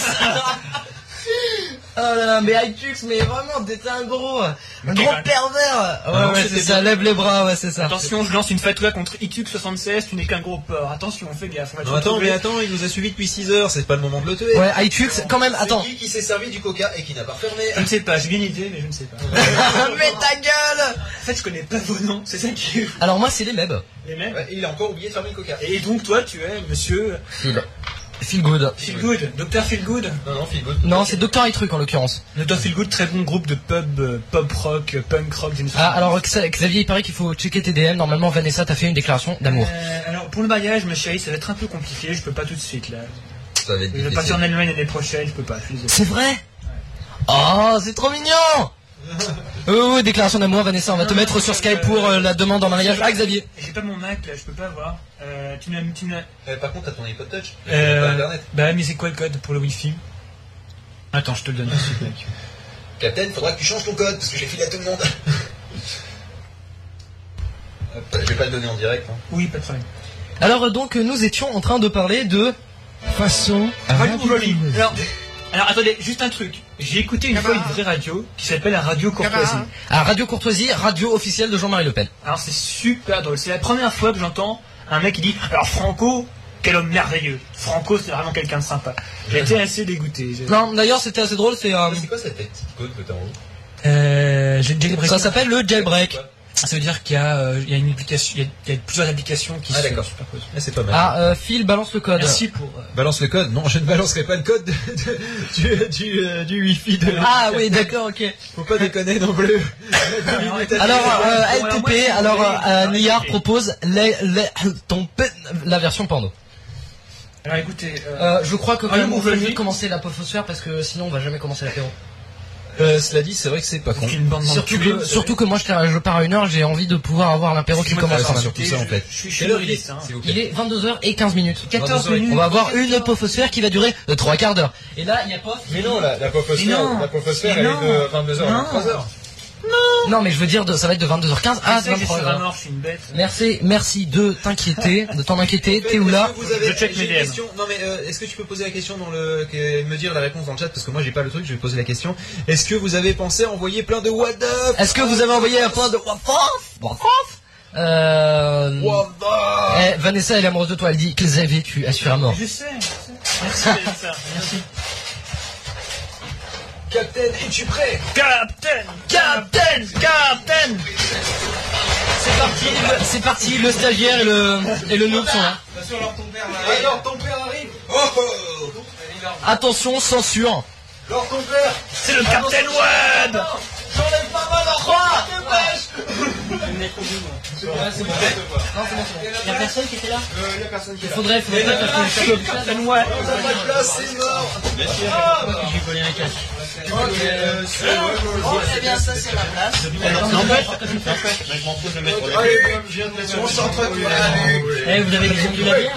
Oh là là, mais iTux, mais vraiment, t'es un gros pervers. Ouais, c'est ça, lève les bras, ouais, c'est ça. Attention, je lance une fatwa contre ITUX 76, tu n'es qu'un gros porc. Attention, on fait gaffe. Attends, il nous a suivi depuis 6 heures, c'est pas le moment de le tuer. Ouais, iTux, quand même, attends. C'est qui s'est servi du coca et qui n'a pas fermé? Je ne sais pas, j'ai bien une idée, mais je ne sais pas. Mais ta gueule! En fait, je connais pas vos noms, c'est ça qui est... Alors moi, c'est les MEB. Les MEB? Ouais, il a encore oublié de fermer le coca. Et donc, toi, tu es monsieur... Feel Good. Feel Good, Dr Feel Good. Non, Feel Good. Non, c'est Dr Truc en l'occurrence. Dr Feel Good, très bon groupe de pop rock, punk rock. Ah, alors Xavier, il paraît qu'il faut checker tes DM. Normalement, Vanessa t'a fait une déclaration d'amour. Alors pour le mariage, ma chérie, ça va être un peu compliqué. Je peux pas tout de suite là. Ça va être difficile. Je vais partir en Allemagne l'année prochaine. Je peux pas. C'est vrai? Ouais. Oh, c'est trop mignon. Oui, déclaration d'amour, Vanessa, on va te mettre sur Skype pour la demande en mariage. Ah, Xavier. J'ai pas mon Mac là, je peux pas voir. Par contre, t'as ton iPod Touch. Bah, mais c'est quoi le code pour le Wi-Fi? Attends, je te le donne tout de suite, mec. Captain, faudra que tu changes ton code parce que j'ai filé à tout le monde. Je vais pas le donner en direct. Hein. Oui, pas de problème. Alors, donc, nous étions en train de parler de façon Radio Bourgeoisie. Alors, Alors attendez, juste un truc. J'ai écouté une fois une vraie radio qui s'appelle la Radio Courtoisie. Ah, Radio Courtoisie, radio officielle de Jean-Marie Le Pen. Alors c'est super drôle. C'est la première fois que j'entends un mec qui dit alors Franco, quel homme merveilleux. Franco, c'est vraiment quelqu'un de sympa. J'ai été assez dégoûté. Non, d'ailleurs, c'était assez drôle. C'est quoi cette petite code que t'as en haut ça s'appelle le jailbreak. Ça veut dire qu'il y a une application, il y a plusieurs applications qui sont super cool. C'est pas mal. Ah, Phil, balance le code. Merci pour. Balance le code. Non, je ne balancerai pas le code du Wi-Fi de. Ah oui, d'accord, ok. Faut pas déconner non plus. Alors, LTP, Niar propose la version porno. Alors écoutez, je crois que quand même on va mieux commencer la phosphore parce que sinon on va jamais commencer l'apéro. Cela dit, c'est vrai que c'est pas con. Surtout que moi je pars à 1h, j'ai envie de pouvoir avoir l'apéro qui commence quand même. Surtout ça en fait. Quelle heure il est Il est 22h15. 14 minutes. On va avoir une pophosphère qui va durer 3 quarts d'heure. Et là, il y a pas. Mais non, la pophosphère elle est de 22h à 23h. Non, mais je veux dire, ça va être de 22h15 à 23h. Je suis une bête. Merci de t'inquiéter, de t'en inquiéter. T'es où là? Je check mes DM. Non mais est-ce que tu peux poser la question me dire la réponse dans le chat parce que moi j'ai pas le truc, je vais poser la question. Est-ce que vous avez pensé à envoyer plein de what the? Est-ce que vous avez envoyé plein de what the? Vanessa elle est amoureuse de toi, elle dit que Xavier tu assures à mort. Je sais. Merci Vanessa. Merci. Captain, es-tu prêt? Captain. C'est parti, le stagiaire et le noob sont là. Alors ton père arrive. Attention, censure. Alors ton père. C'est le Captain Web. J'enlève pas mal en 3. C'est bon. Non, c'est bon. Il y a personne qui était là. Il y a personne qui est là. Faudrait parce que Captain Web. On n'a pas de place, c'est mort. J'ai volé un casque. c'est bien, ça c'est ma place. On s'entraîne. Vous avez besoin de la bière?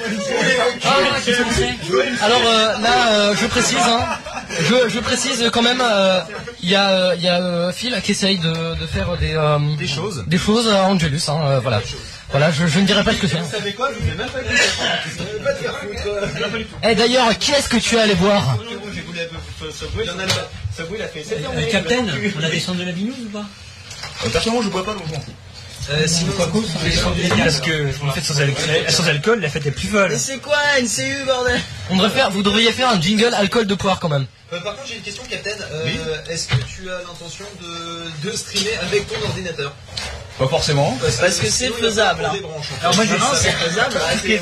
Alors là, je précise, je précise quand même, il y a Phil qui essaye de faire des choses à Angelus, voilà. Voilà, je ne dirai pas ce que c'est. Vous savez quoi? Je vous ai même pas dit. Eh d'ailleurs, qui est-ce que tu es allé voir? Captain, on a descendu de la binouze ou pas? Personnellement, je bois pas, donc je m'en fous. Sinon, parce que en fait sans alcool, la fête est plus folle. Mais c'est quoi une CU bordel? Vous devriez faire un jingle alcool de poire quand même. Par contre, j'ai une question, Captain. Est-ce que tu as l'intention de streamer avec ton ordinateur? Pas forcément. Parce que c'est faisable. Alors moi, c'est faisable.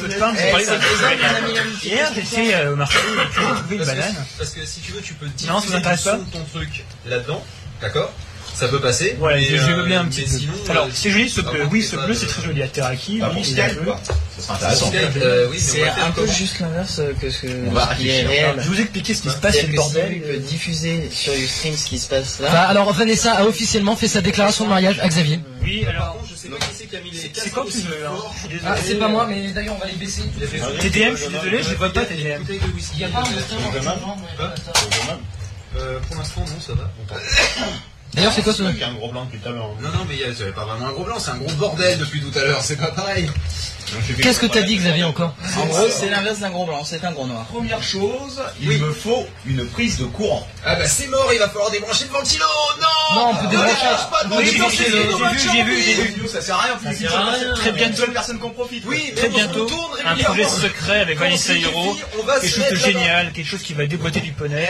Hier, j'étais au marché et puis j'ai trouvé une banane. Parce que si tu veux, tu peux Non, ça m'intéresse pas. ton truc là-dedans, d'accord? Ça peut passer. Ouais, je vais meubler un petit peu. Sinon, alors, c'est joli ce bleu. Oui, ce bleu, c'est très joli. À Terraki, oui, c'est bleu. Ça sera intéressant. Oui, c'est un peu juste l'inverse que ce qui est réel. Je vais vous expliquer ce qui se passe, c'est le bordel. Il peut diffuser sur Ustream ce qui se passe là. Bah, alors Vanessa a officiellement fait sa déclaration de mariage à Xavier. Oui, alors. Je sais pas qui c'est qui a mis les. C'est quand tu veux, je suis désolé. Ah, c'est pas moi, mais d'ailleurs on va les baisser. TDM, je suis désolé, je vois pas TDM. Il y a pas Pour l'instant, non, ça va. D'ailleurs, c'est quoi ce... Il y a un gros blanc depuis tout à l'heure. Non, mais c'est pas vraiment un gros blanc, c'est un gros bordel depuis tout à l'heure, c'est pas pareil. Qu'est-ce que t'as dit, Xavier, encore? En gros, c'est l'inverse d'un gros blanc, c'est un gros noir. Première chose, il me faut une prise de courant. Ah bah c'est mort, il va falloir débrancher le ventilo. Non, on peut débrancher. J'ai vu. Ça sert à rien. Très bientôt, personne qu'on profite. Oui, très bientôt, un projet secret avec Vanessa Hiro, quelque chose de génial, quelque chose qui va déboîter du poney.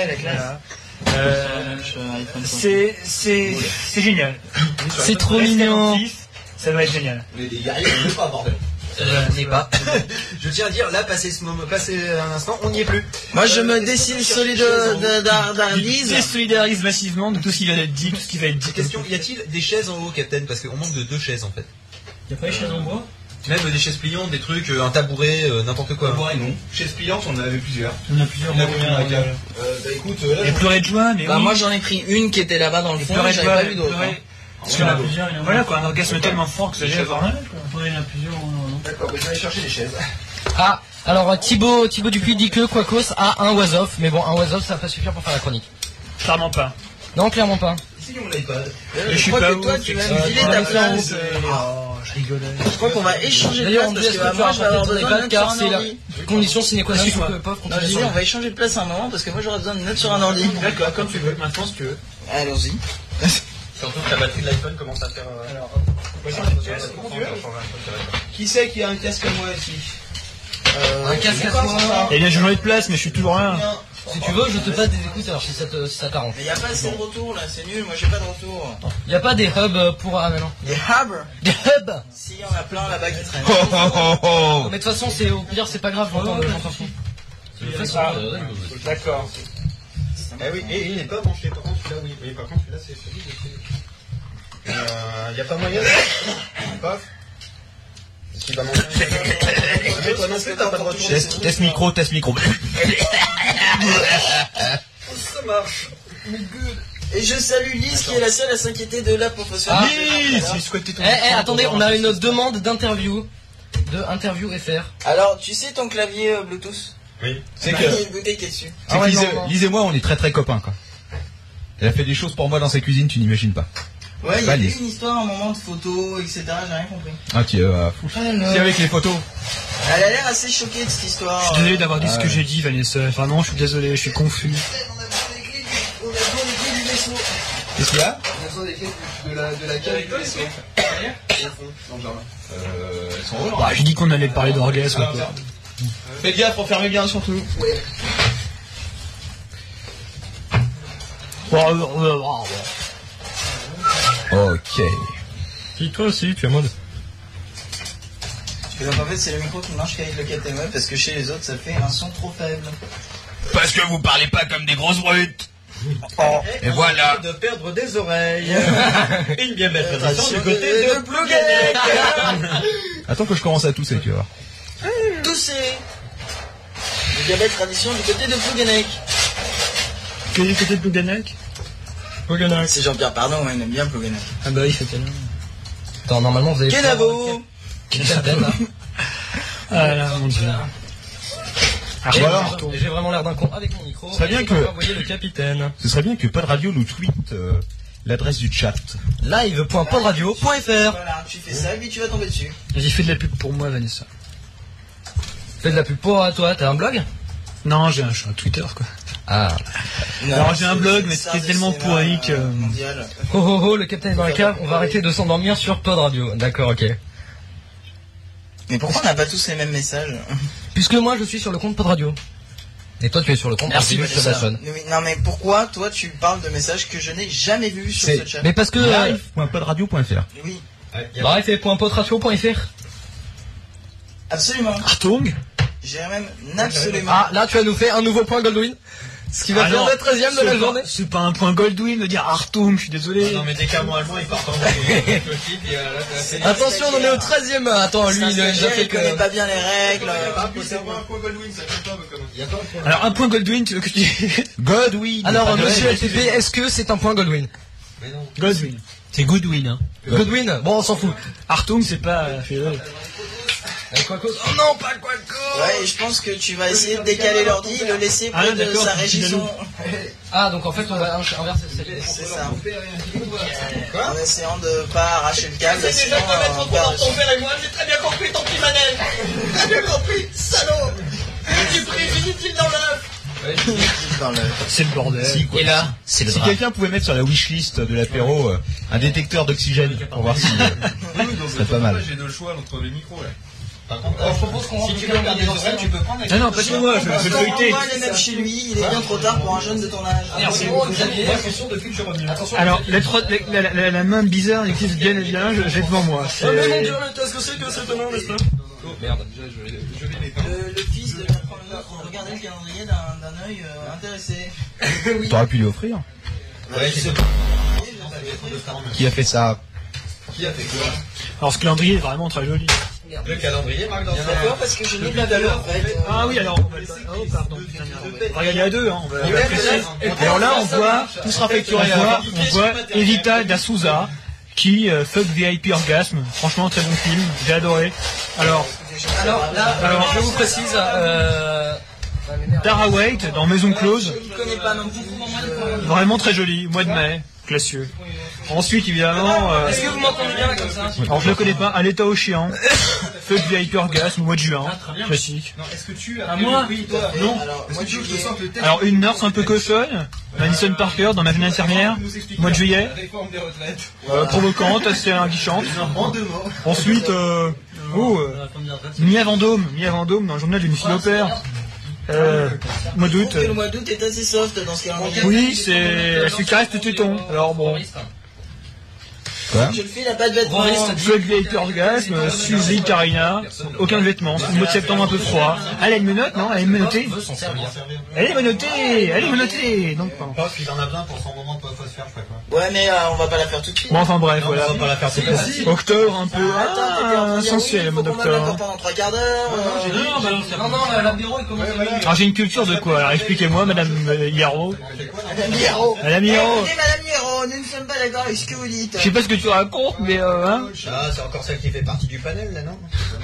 C'est génial. C'est trop mignon. Ça va être génial. Mais les guerriers, on n'est pas, bordel. N'est pas. Je tiens à dire, là, passer un instant, on n'y est plus. Moi, je me désolidarise massivement de tout ce qui va être dit, tout ce qui va être dit. Question, y a-t-il des chaises en haut, Captain? Parce qu'on manque de 2 chaises, en fait. Y a pas des chaises en bois? Même des chaises pliantes, des trucs, un tabouret, n'importe quoi. Tabouret, non. Chaises pliantes, on en avait plusieurs. On a plusieurs. Écoute, il pleurait de joie, mais bah moi j'en ai pris une qui était là-bas dans le fond, j'avais pas vu d'autres. Parce qu'il y en a plusieurs. Voilà quoi, un orgasme tellement fort que ça gêne avoir mal. Il y en a plusieurs. D'accord, je vais aller chercher des chaises. Ah, alors Thibaut Dupuis dit que Quacos a un was-off, mais bon, un was-off ça va pas suffire pour faire la chronique. Clairement pas. Non, clairement pas. C'est mon iPad. Je crois que toi tu vas me filer ta place. je rigolais. Je crois qu'on va échanger de D'ailleurs, place on dit parce que moi je vais avoir besoin de notes sur car un c'est la ordi. condition sine qua non Excuse-moi. pour que Pof Non, continue je disais, son- on va échanger de place un moment parce que moi j'aurais besoin de notes sur un ordi. D'accord, comme tu veux. Maintenant, si tu veux. Allons-y. Surtout que la batterie de l'iPhone commence à faire. Qui c'est qui a un casque à moi ici? Un casque à soi. Eh bien, j'ai changé de place, mais je suis toujours là. Si tu veux, je te passe des écouteurs si ça t'arrange. Mais y a pas assez de retour là, c'est nul, moi j'ai pas de retour. Y a pas des hubs pour. Ah, mais non. Des hubs. Des hubs. Si, on a plein là-bas qui traînent. Mais de toute façon, c'est au pire, c'est pas grave, j'entends fond. D'accord. Eh oui, et il n'est pas branché. Par contre, celui-là, oui. Oui, par contre, celui-là, c'est celui de. Il n'y a pas moyen. Paf. Est-ce qu'il va manger un toi non plus, t'as pas de retour. Test micro. Ça marche. Et je salue Lise qui est la seule à s'inquiéter de la professeure. Ah, attendez, on a une demande d'interview. De interview FR. Alors, tu sais ton clavier Bluetooth? Oui. C'est Il que, y a une bouteille qui est dessus. c'est que Lise et moi, on est très très copains, quoi. Elle a fait des choses pour moi dans sa cuisine, tu n'imagines pas. Ouais, il y a eu Lise. une histoire, un moment de photos, etc. J'ai rien compris. Ah, tu fou. C'est avec les photos. Elle a l'air assez choquée de cette histoire. Je suis désolé d'avoir dit ce que j'ai dit, Vanessa. Vraiment, je suis désolé, je suis confus. Qu'est-ce qu'il y a? On a besoin des clés de la cave. Elles sont où? Bah, j'ai dit qu'on allait parler d'orgasme. quoi. Faites gaffe, enfermez bien surtout. Ok. Si toi aussi, tu es mode. Et donc en fait, c'est le micro qui marche qu'avec le KTM parce que chez les autres, ça fait un son trop faible. Parce que vous parlez pas comme des grosses brutes. Et voilà. De perdre des oreilles. Une bien belle tradition du côté de Plouguenec. Attends que je commence à tousser, tu vas voir. Tousser. Une bien belle tradition du côté de Plouguenec. Que du côté de Plouguenec? C'est Jean-Pierre Pardon, il aime bien Plouguenec. Ah bah oui, c'était là. Attends, normalement, vous avez. Kenavo. Ah là, mon dieu. Et alors j'ai vraiment l'air d'un con avec mon micro. Ça serait bien et que- je peux envoyer le capitaine. Ce serait bien que Pod Radio nous tweet l'adresse du chat. Live.podradio.fr. Voilà, tu fais ça et puis tu vas tomber dessus. Vas-y, fais de la pub pour moi, Vanessa. Fais de la pub pour toi, t'as un blog? Non, je suis un Twitter, quoi. Ah. Alors, j'ai un blog, mais c'était tellement pourri que... Mondial. Oh oh oh, le capitaine est dans la cave, on va arrêter de s'endormir sur Pod Radio. D'accord, ok. Mais pourquoi on n'a pas tous les mêmes messages? Puisque moi je suis sur le compte Pod Radio. Et toi tu es sur le compte Merci, Pod Radio Vanessa. Station. Oui, non mais pourquoi toi tu parles de messages que je n'ai jamais vus sur ce chat? Mais parce que... live.podradio.fr. Oui, Bref, et .podradio.fr. absolument. Artung? J'ai même absolument. Ah, là tu vas nous faire un nouveau point Goldwyn. Ce qui va faire le 13e de la journée. C'est pas un point Goldwyn de dire Artung, je suis désolé. Non, mais dès qu'un mot allemand, il part en Attention, on est au 13e. Attends, lui il a déjà fait il connaît que... pas bien les règles. Alors, un point Goldwyn, tu veux que je dise? Godwin. Alors, monsieur LTP, est-ce que c'est un point Goldwyn? Goldwyn. C'est Goodwin, hein. Goldwyn? Bon, on s'en fout. Artung, c'est pas... Oh non, pas Quaco. Ouais, et je pense que tu vas essayer de décaler l'ordi et le laisser près Ah, de d'accord, sa c'est régie son. Ah, donc en fait on va inverser cette... C'est ça. En essayant de pas arracher le câble, sinon on perd le son. père et moi, j'ai très bien compris ton petit manège. Très bien compris, salaud. Du prix inutile dans l'œuf. C'est le bordel. Et là, c'est le Si drame. quelqu'un pouvait mettre sur la wishlist de l'apéro un détecteur d'oxygène pour voir si ce serait pas mal. J'ai deux choix entre les micros là. Par Je propose qu'on si tu veux perdre des oreilles, tu peux prendre Non, non, pas chez moi, je vais le feuilleter. On va les mettre chez lui, il est bien trop tard pour un jeune de ton âge. Merci Xavier. Attention depuis que je suis revenu. Attention. Alors, la main bizarre existe bien et bien, j'ai devant moi. Oh mais mon dieu, qu'est-ce que c'est que cette main, n'est-ce pas? Merde. Le fils devient regarder le calendrier d'un œil intéressé. T'aurais pu lui offrir. Qui a fait ça? Qui a fait quoi? Alors, ce calendrier est vraiment très joli. Le calendrier, Marc, dans Pourquoi? Parce que je n'ai pas vu en fait. Ah oui, alors, oh, pardon. On va regarder à deux, hein. Alors là, on voit, Tout sera facturé on voit Evita da Souza, qui fuck VIP Orgasme. Franchement, très bon film, j'ai adoré. Alors, Alors, je vous précise... Tara Waite dans Maison Close, Je ne connais pas non plus. vraiment très joli, mois de mai. classieux. Ensuite, évidemment... Est-ce que vous m'entendez bien là comme ça? Alors je le connais pas, à l'état Océan, feu de Hypergasme au mois de juin, classique. Non, est-ce que tu À moi? Non. Est-ce que tu veux que je te sorte le texte? Alors une nurse un peu cochonne, Madison Parker dans Ma jeune infirmière, mois de juillet, Réforme des retraites. provocante, assez aguichante. En 2 mots. Ensuite, Mia Vendôme dans le journal d'une fille au père. Mois d'août. Le mois d'août est assez soft dans ce calendrier. Oui, c'est... Elle se caresse le téton. Alors bon. Je le file à pas de vêtements. Feu de Hypergasme, Suzy, Karina, aucun vêtement. C'est le mois de septembre un peu froid. Elle a une menotte, non? Elle est menottée. Elle est menottée. Donc, Pof, il en a besoin pour son moment de phosphère, je sais pas quoi. Ouais, mais on va pas la faire tout de suite. bon, enfin bref, voilà. On va pas la faire, c'est facile. Octobre un peu Attends, sensuel, le mois faut qu'on m'appelle d'octobre. pendant 3 quarts d'heure. Non, la bureau il commence à minuit. Alors j'ai une culture de quoi? Alors expliquez-moi, Madame Hierro. Madame Hierro. Madame Hierro. Écoutez, Madame Hierro, nous ne sommes pas d'accord avec ce que vous dites. Je sais pas ce que tu racontes, mais hein. Ah, c'est encore celle qui fait partie du panel, là, non?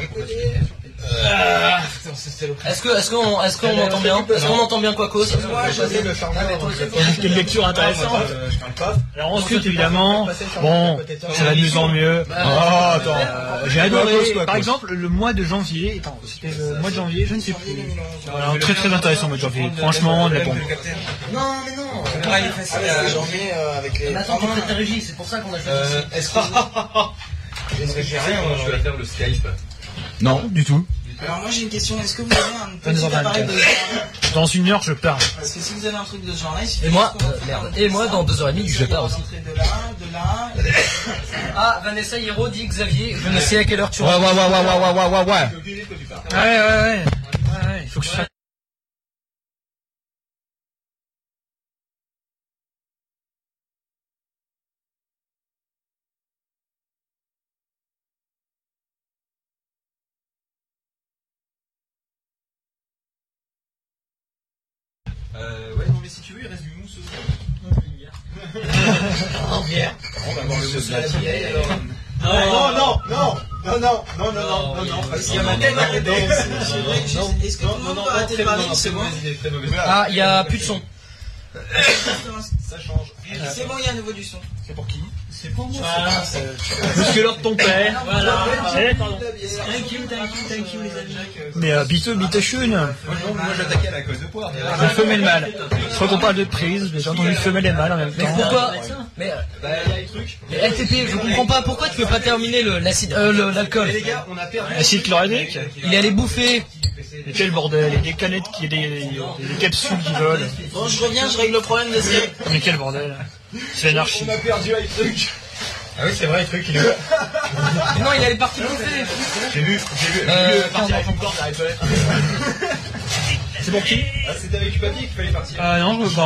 Est-ce qu'on m'entend bien? Est-ce qu'on entend bien Quacos? Quelle lecture intéressante. Alors ensuite, évidemment, bon, ça va de mieux en mieux. Oh, attends, j'ai adoré. Par exemple, le mois de janvier. Attends, c'était le mois de janvier, je ne sais plus. Voilà, très très intéressant le mois de janvier. Franchement, de la bombe. Non, mais non. Ah, il est facile à janvier avec les. Attends, tu fais ta régie, c'est pour ça qu'on a choisi. Est-ce que j'ai rien, je vais faire le Skype. Non, du tout. Alors moi j'ai une question, est-ce que vous avez un petit appareil de ce genre-là? Dans une heure, je pars. Parce que si vous avez un truc de ce genre-là, il suffit Et moi, juste qu'on va faire merde. Et moi, dans 2h30, je pars aussi. rentrer de là. Ah, Vanessa Hierro dit Xavier, je ne sais à quelle heure tu Ouais. Ouais. Il faut que je fasse. Ouais, non, mais si tu veux, il reste du mousse aussi. En bière. On va voir le mousse de la vieille, alors. Non, parce qu'il y a ma tête à dedans. Est-ce que tout le monde peut arrêter de parler? C'est bon. Ah, il y a plus de son. Ça change. C'est bon, il y a à nouveau du son. C'est pour qui? C'est pour moi. Monsieur l'heure de ton père. Voilà. Pardon. Thank you les amis. Mais bitte schön. Moi, j'attaquais à la cause de poire. Le femelle mâle. Je crois qu'on parle de prise, j'ai entendu femelle et mâle en même Mais temps. pourquoi? Mais Bah, il y a des trucs. mais LTP, je comprends pas pourquoi tu peux pas terminer l'alcool. Les gars, on a perdu. Acide chlorhydrique. Il est allé bouffer. Mais quel bordel, il y a des canettes, il y a des capsules qui volent. Bon, je reviens, je règle le problème de Skype. Mais quel bordel. C'est l'anarchie. On a perdu les trucs. Ah oui, c'est vrai, les trucs, il est où? Mais non, il est parti bouffer. J'ai vu. Partir avec une corde à la toilette. C'est pour qui? Ah, c'était avec du papier qu'il fallait partir. Ah non, non.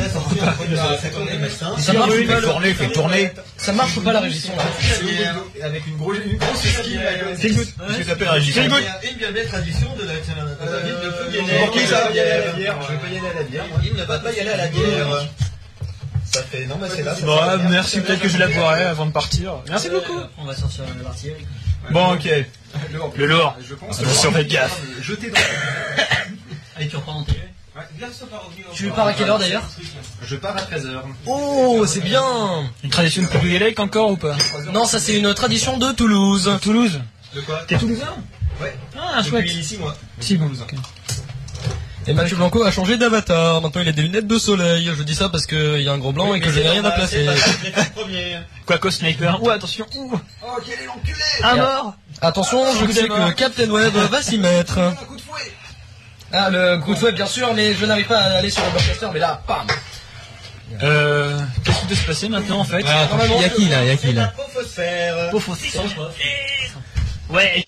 Ça marche ou pas Fait tourner. Ça marche ou pas la régisson là? Avec une grosse ski. C'est good. Je vais taper la régie. C'est good. Et une bien belle tradition de la ville de Feu. Pour qui ça? Je vais pas y aller à la bière. Il ne va pas y aller à la bière. Ça fait. Non, mais c'est là. Bon, merci, peut-être que je la boirai avant de partir. Merci beaucoup. On va sortir l'artillerie. Bon, ok. Le lourd. Je pense Je surveille gaffe. jeter dans Allez, tu reprends en télé. Tu pars à quelle heure d'ailleurs? Je pars à 13h. Oh, c'est bien. Une tradition de Poulouguélec encore ou pas? Non, ça c'est une tradition de Toulouse. Toulouse. De quoi? T'es toulousain? Ouais. Ah, chouette. Depuis 6 mois. Si, bon, ok. Et Mathieu Blanco a changé d'avatar. Maintenant il a des lunettes de soleil. Je dis ça parce qu'il y a un gros blanc et que je n'ai rien à placer. Quaco sniper. Ouh, attention. Ouh. Oh, quel est l'enculé! Un mort. Attention, je sais que Captain Web va s'y mettre. Un coup de fouet! Ah, le coup de fouet bien sûr, mais je n'arrive pas à aller sur le broadcaster, mais là, bam. Qu'est-ce qui doit se passer maintenant en fait? Normalement, Il y a qui là? Phosphère. Ouais.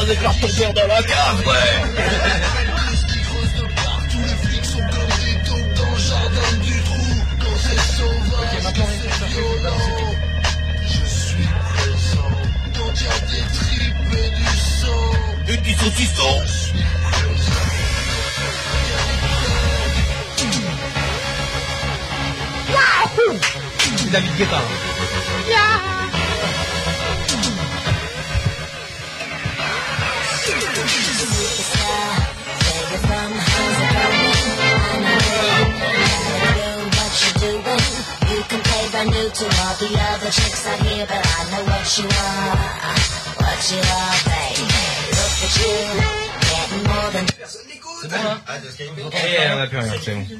déclare ton père dans la cave, ouais. Ok, maintenant on est chercher, je vais balancer tout. Et du saucisson. Wouhou. C'est David Guetta. You can play brand new to all the other chicks out here, but I know what you are, baby. Look at you, getting more than... Personne n'écoute. C'est bon là? On n'a plus rien, c'est bon.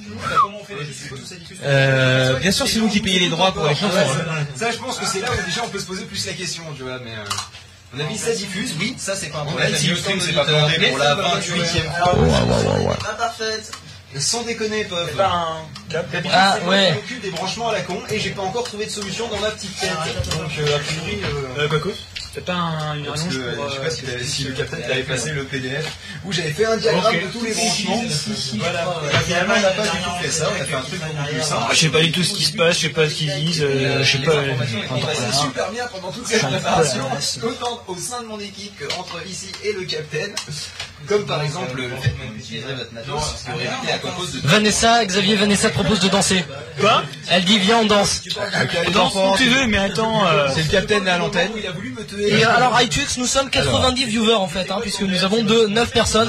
Bien sûr, c'est vous qui payez les droits pour les chansons. Ça, je pense que c'est là où déjà on peut se poser plus la question, tu vois, mais... On a vu ça diffuse, oui, ça c'est pas un problème. Si le stream c'est pas planté pour la 28e fois. Ouais. Pas parfaite. Sans déconner, Pop. Ah ouais. J'ai des branchements à la con et j'ai pas encore trouvé de solution dans ma petite tête. Donc a priori. Quacos, c'est pas une Parce annonce que pour. je sais pas si le capitaine t'avait passé le PDF où j'avais fait un diagramme de tous les branchements. Voilà. Finalement, on n'a pas du tout fait ça. On a fait un truc beaucoup plus simple. Je sais pas du tout ce qui se passe, je sais pas ce qu'ils disent, je sais pas. C'est super bien pendant toute cette préparation, autant au sein de mon équipe qu'entre ici et le capitaine. Comme par exemple le fait que vous utiliserez votre matos, parce que réalité la compose de... Vanessa te propose de danser. Quoi? Elle dit viens on danse. Danse où tu veux, mais attends. C'est le capitaine à l'antenne. Il a voulu me tuer. Et alors iTunes, nous sommes 90 viewers en fait, puisque nous avons 9 personnes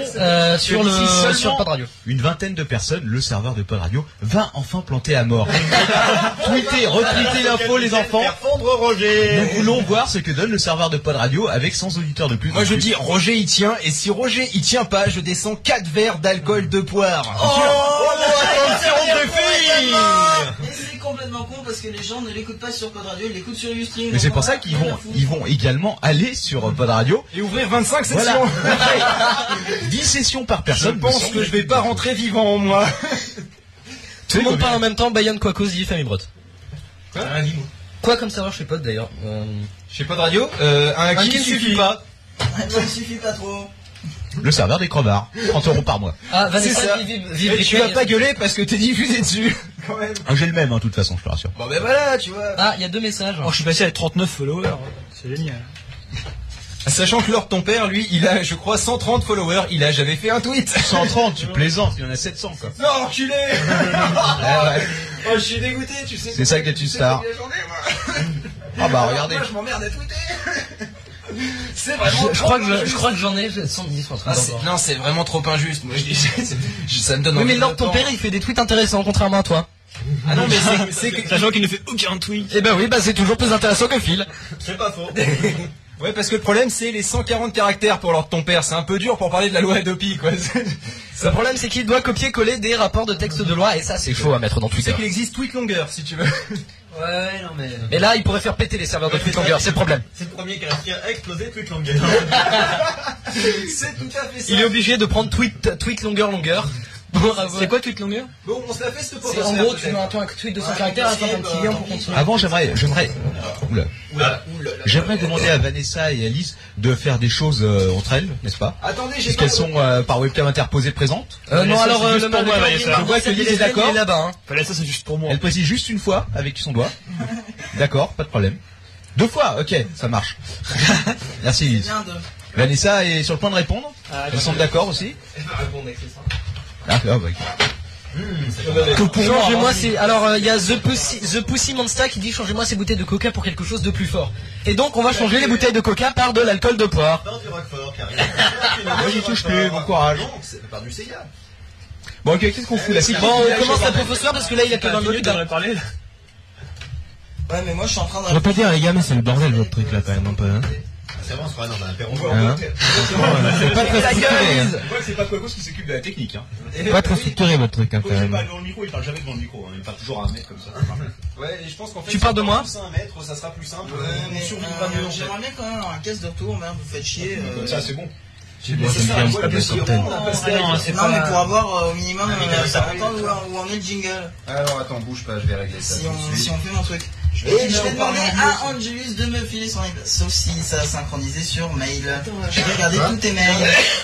sur Pod Radio. Une vingtaine de personnes, le serveur de Pod Radio va enfin planter à mort. Tweetez, retweetez l'info les enfants. Nous voulons voir ce que donne le serveur de Pod Radio avec 100 auditeurs de plus. Moi je dis Roger il tient, et si Roger il tient pas, je descends 4 verres d'alcool de poire. Attention de filles. Et c'est complètement con parce que les gens ne l'écoutent pas sur Pod Radio, ils l'écoutent sur Ustream. Mais c'est pour ça qu'ils vont également aller sur Pod Radio Et ouvrir 25 sections. Voilà. 10 sessions par Je personne. pense que je vais pas rentrer vivant en moi. Tout le monde parle en même temps, Bayonne, Quacos, dit Famille Brot. Dis-moi. Quoi comme serveur chez Pod d'ailleurs Chez Pod Radio, un qui ne suffit pas. Ça ne suffit pas trop. Le serveur des crevards, 30 € par mois. Ah, C'est ça. Vanessa, Mais tu vas pas gueuler parce que t'es diffusé dessus. Quand même. Ah, j'ai le même, de toute façon, je te rassure. Bon ben voilà, tu vois. Ah, il y a 2 messages. Oh, je suis passé à 39 followers. C'est génial. Sachant que Lord ton père, lui, il a, je crois, 130 followers. J'avais fait un tweet. 130, tu plaisantes, il y en a 700 quoi. Non, enculé. Ah ouais. Oh, je suis dégoûté, tu sais. C'est ça que tu star. Ah bah regardez. Moi, je m'emmerde à tweeter. C'est vraiment. Je crois que j'en ai 110 entre Non, c'est vraiment trop injuste. Moi, je dis, ça me donne. Oui, mais Lord ton père, il fait des tweets intéressants, contrairement à toi. Ah non, mais c'est que. Sachant qu'il ne fait aucun tweet. Eh ben oui, c'est toujours plus intéressant que Phil. C'est pas faux. Ouais, parce que le problème, c'est les 140 caractères pour Lord ton père. C'est un peu dur pour parler de la loi Adopi, quoi. Le problème, c'est qu'il doit copier-coller des rapports de texte de loi, et ça, c'est chaud à mettre dans Tu Twitter. sais qu'il existe tweet longueur, si tu veux. Ouais, non mais... Et là, il pourrait faire péter les serveurs de tweet longueur, c'est le problème. C'est le premier qui a explosé tweet longueur. C'est tout à fait ça. Il est obligé de prendre tweet longueur. C'est quoi tweet longueur? Bon, on se la fait cette C'est en gros, tu mets un tweet de 100 caractères, attends un petit lien pour continuer. Avant, j'aimerais demander à Vanessa et Alice de faire des choses entre elles, n'est-ce pas? Attendez, j'ai Puisqu'elles sont par webcam interposée présentes. Non, alors, juste pour moi, Vanessa. Je vois que Lise est d'accord. là-bas, Fallait ça, c'est juste pour moi. Elle précise juste une fois avec son doigt. D'accord, pas de problème. 2 fois, ok, ça marche. Merci Lise. Bien de... Vanessa est sur le point de répondre. Elles sont d'accord aussi. Elle va répondre avec ça. Ah, bah, Changez-moi ces... Alors, il y a The Pussy Monster qui dit changez-moi ces bouteilles de coca pour quelque chose de plus fort. Et donc, on va changer les bouteilles de coca par de l'alcool de poire. Par du Roquefort, carrément. Moi, j'y touche plus, bon courage. Non, c'est par du Sega. Bon, ok, qu'est-ce qu'on fout là? Bon, on commence la professeure parce que là, il a que 20 minutes. parler. Ouais, mais moi je suis en train de... Je vais pas dire les gars, mais c'est le bordel votre truc là quand même un peu. Hein. C'est bon, c'est pas dans un apéro. C'est pas très structuré. Hein. Je vois que c'est pas Quacos qui s'occupe de la technique. Hein. Pas très structuré votre truc hein, quand même. Devant le micro, il parle jamais devant le micro. Il parle toujours à 1 mètre comme ça. Ouais, et je pense qu'en fait, Tu parles de moi? Si on pousse à 1 mètre, ça sera plus simple. mais On survivra mieux. j'aimerais bien quand même avoir un caisse de retour, merde, vous faites chier. Comme ça, c'est bon. Moi j'aime bien c'est pas la possible. centaine. Non, c'est Non, pas... mais pour avoir au minimum Ah, mais ça entend où en est le jingle. Alors attends, bouge pas, je vais régler ça. Si on fait mon truc. Et je vais demander à Angelus de me filer son mail, sauf si ça a synchronisé sur mail. Je vais regarder tous tes mails.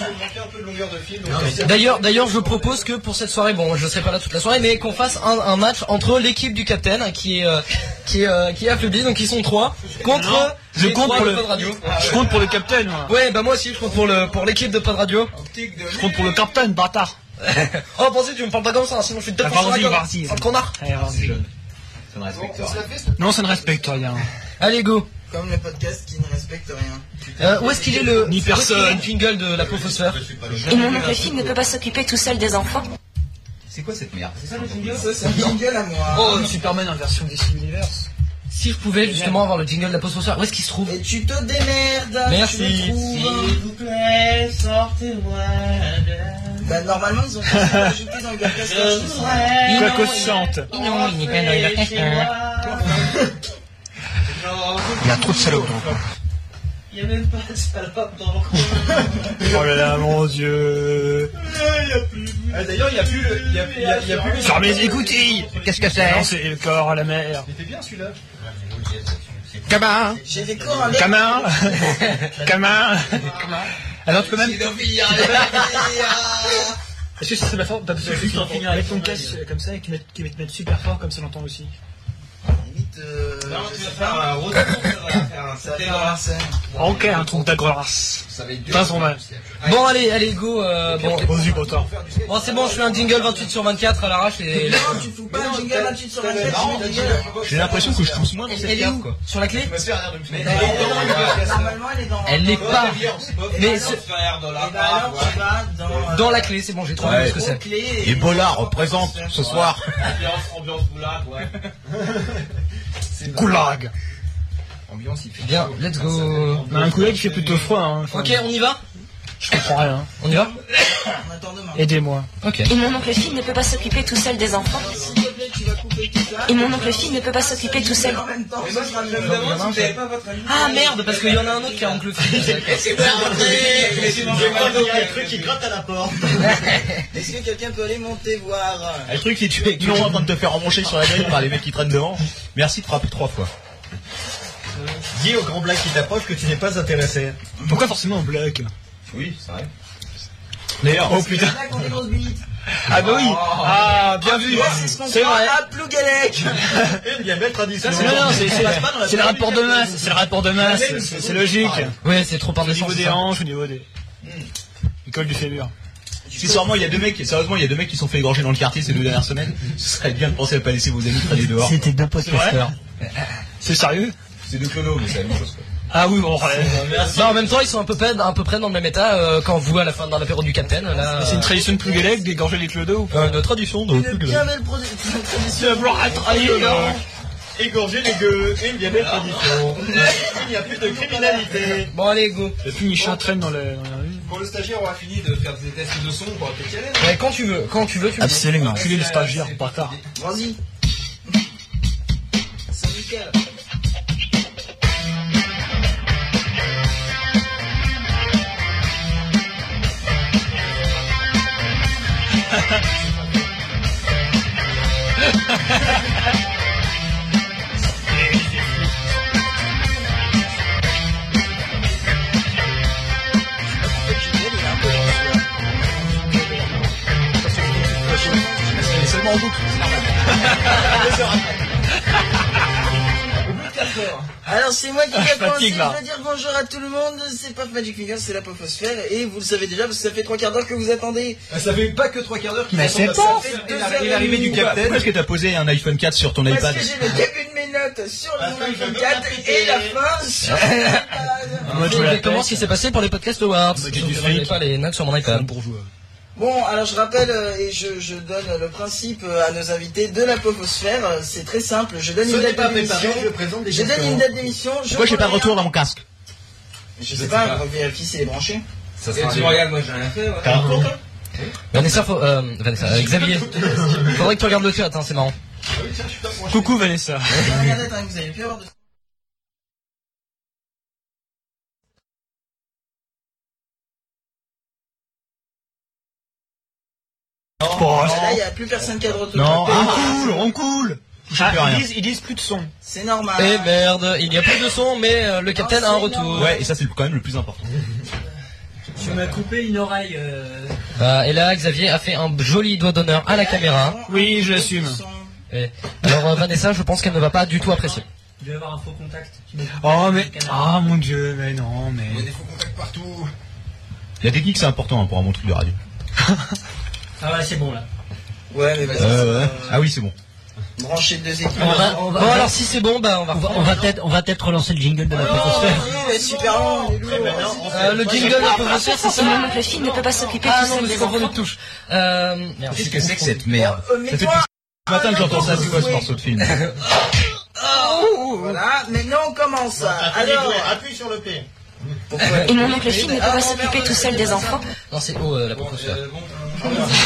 D'ailleurs, je propose que pour cette soirée, bon, je serai pas là toute la soirée, mais qu'on fasse un match entre l'équipe du Captain qui est affaiblie, donc ils sont 3 contre. Je compte pour le Pod Radio. Je compte pour le Captain. Moi. Ouais, bah moi aussi, je compte pour l'équipe de Pod Radio. Je compte pour le Captain, bâtard. Oh, pensez, tu me parles pas comme ça, sinon je suis deux fois sur la gueule. C'est un connard. Ça ne respecte rien. Non, ça ne respecte rien. Allez, go. Comme le podcast qui ne respecte rien. Où est-ce qu'il est le Ni personne. Le jingle de la professeure? Et mon oncle Phil ne peut pas s'occuper tout seul des enfants. C'est quoi cette merde? C'est ça le jingle? Ça, c'est un jingle à moi. Oh, Superman en version DC Universe. Si je pouvais justement avoir le jingle de la professeure, où est-ce qu'il se trouve? Et tu te démerdes. Merci. S'il vous plaît, sortez-moi. Bah, normalement, ils ont ajouté dans le podcast. Quoi qu'on chante. Non, il n'est pas dans l'orchestre. Il y a trop de salauds dans le coin. Il n'y a même pas de salope dans le coin. Oh là là, mon Dieu. D'ailleurs, il n'y a plus le. Sur mes écoutilles. Qu'est-ce que c'est? Non, c'est le corps à la mer. C'était bien celui-là. Gamin. J'ai des cours en Camin. Camin. Alors tu peux même. Est-ce que ça serait pas fort? T'as juste en finir avec ton casque comme ça et qui va te mettre super fort comme ça l'entend aussi. Limite, Non, tu vas faire un retour, ça va dans la scène. Ok, un truc d'agrorace. Pas son mal. Bon, allez, go. Bon, Vas-y, bâtard. bon, c'est bon, je fais un jingle 28/24 à l'arrache et. Non, tu fous pas un jingle 28 sur 24, tu mets jingle. J'ai l'impression que je tousse moins dans cette Elle est cave, où? quoi. Sur la clé? Normalement, elle est dans. Elle n'est pas. Mais dans la clé. clé, c'est bon, j'ai trouvé ce que c'est. Et Bollard représente ce soir. Ambiance boulard, ouais. Goulag. Ambiance, il fait Bien, let's go. On a un collègue qui fait plutôt froid. Hein. Enfin, Ok, on y va? je comprends rien. On y va? On attend demain. Aidez-moi. Ok. Et mon oncle Phil ne peut pas s'occuper tout seul des enfants. S'il te plaît, tu vas couper tout ça. Et mon oncle Phil ne peut pas s'occuper tout seul. En même temps, ça sera mieux. Vous n'avez pas votre ami. Ah merde, parce qu'il y en a un autre qui a oncle Phil. Le truc qui gratte à la porte. Est-ce que quelqu'un peut aller monter voir? Le truc, tu es toujours en train de te faire emmancher sur la grille par les mecs qui traînent devant. Merci de frapper 3 fois. Dis au grand black qui t'approche que tu n'es pas intéressé. Pourquoi forcément un black? Oui, c'est vrai. D'ailleurs, oh putain. Là, qu'on des grosses bites. Ah bah oui. Ah, bien vu. C'est ce qu'on C'est prend vrai. à Plougalec. Une bien belle tradition. Non, non, c'est le rapport de masse. C'est le rapport de masse. C'est logique. Ouais, c'est trop Au par niveau des hanches, au niveau des. École du fémur. Accessoirement, il y a 2 mecs, sérieusement, il y a 2 mecs qui sont fait égorger dans le quartier ces 2 dernières semaines. Ce serait bien de penser à pas laisser vos amis traîner dehors. C'était 2 podcasteurs. C'est sérieux? C'est 2 clonos, mais c'est la même chose, quoi. Ah oui, bon, Non, en même temps, ils sont à peu près dans le même état quand vous à la fin dans l'apéro du Captain. Là, c'est une tradition de Plougalec d'égorger les clodos ou pas? Une tradition de Une Plougalec. bien belle tradition. Égorger les gueux, une bien belle tradition. Il n'y a plus de criminalité. Bon, allez, go. Et puis Michelin traîne dans la rue. Quand le stagiaire aura fini de faire des tests de son, on pourra peut-être y aller. Ouais, quand tu veux, tu me dis. Absolument. Enculé le stagiaire, bâtard. Vas-y. C'est nickel. Il est seulement en boucle. Alors c'est moi qui vais commencer, fatigue, là. je veux dire bonjour à tout le monde, c'est pas Magic Finger, c'est la Poposphère, et vous le savez déjà parce que ça fait 3 quarts d'heure que vous attendez. Ça fait pas que 3 quarts d'heure qu'il Mais attend c'est ça pas. fait l'arrivée du Captain. Pourquoi est-ce que t'as posé un iPhone 4 sur ton iPad? Parce que j'ai le début de mes notes sur le iPhone 4 et la fin sur l'iPad. C'est exactement ce qui s'est passé pour les podcasts awards. j'ai du Je n'avais fric. pas les notes sur mon iPad. Bon, alors je rappelle et je donne le principe à nos invités de la Poposphère, c'est très simple, je donne une date d'émission, je donne une date d'émission, Pourquoi j'ai pas de retour dans mon casque? Je sais pas, on vérifie s'il est branché. Ça sera tu regardes, moi j'ai rien fait. T'as un retour, toi? Vanessa, Xavier, faudrait que tu regardes le chat, hein, c'est marrant. Coucou Vanessa. Regardez, attends, vous avez pu avoir de... Bon, Là, il n'y a plus personne qui a de retour. Non, on coule. Ils disent plus de son. C'est normal. Et merde, il n'y a plus de son, mais le capitaine a un retour. Ouais, et ça c'est quand même le plus important. Tu m'as coupé une oreille. Et là, Xavier a fait un joli doigt d'honneur à la caméra. Oui, je l'assume. Alors Vanessa, je pense qu'elle ne va pas du tout apprécier. Il doit y avoir un faux contact. Oh mais, ah mon dieu, mais non, mais. Il y a des faux contacts partout. La technique c'est important pour un bon truc de radio. Ah ouais, c'est bon là. Ouais, mais ah oui, c'est bon. Brancher deux équipes. Bon alors si c'est bon, bah on va peut-être relancer le jingle de la Pofosphère. C'est super long. Le jingle de la Pofosphère, c'est ça. Sinon, le film ne peut pas s'occuper tout seul des enfants. de touche. Qu'est-ce que c'est que cette merde? Ça fait depuis ce matin que j'entends ça. C'est quoi ce morceau de film? Voilà, maintenant on commence. Alors, appuie sur le P. Et mon oncle Phil ne peut pas s'occuper tout seul des enfants. Non, c'est la Pofosphère.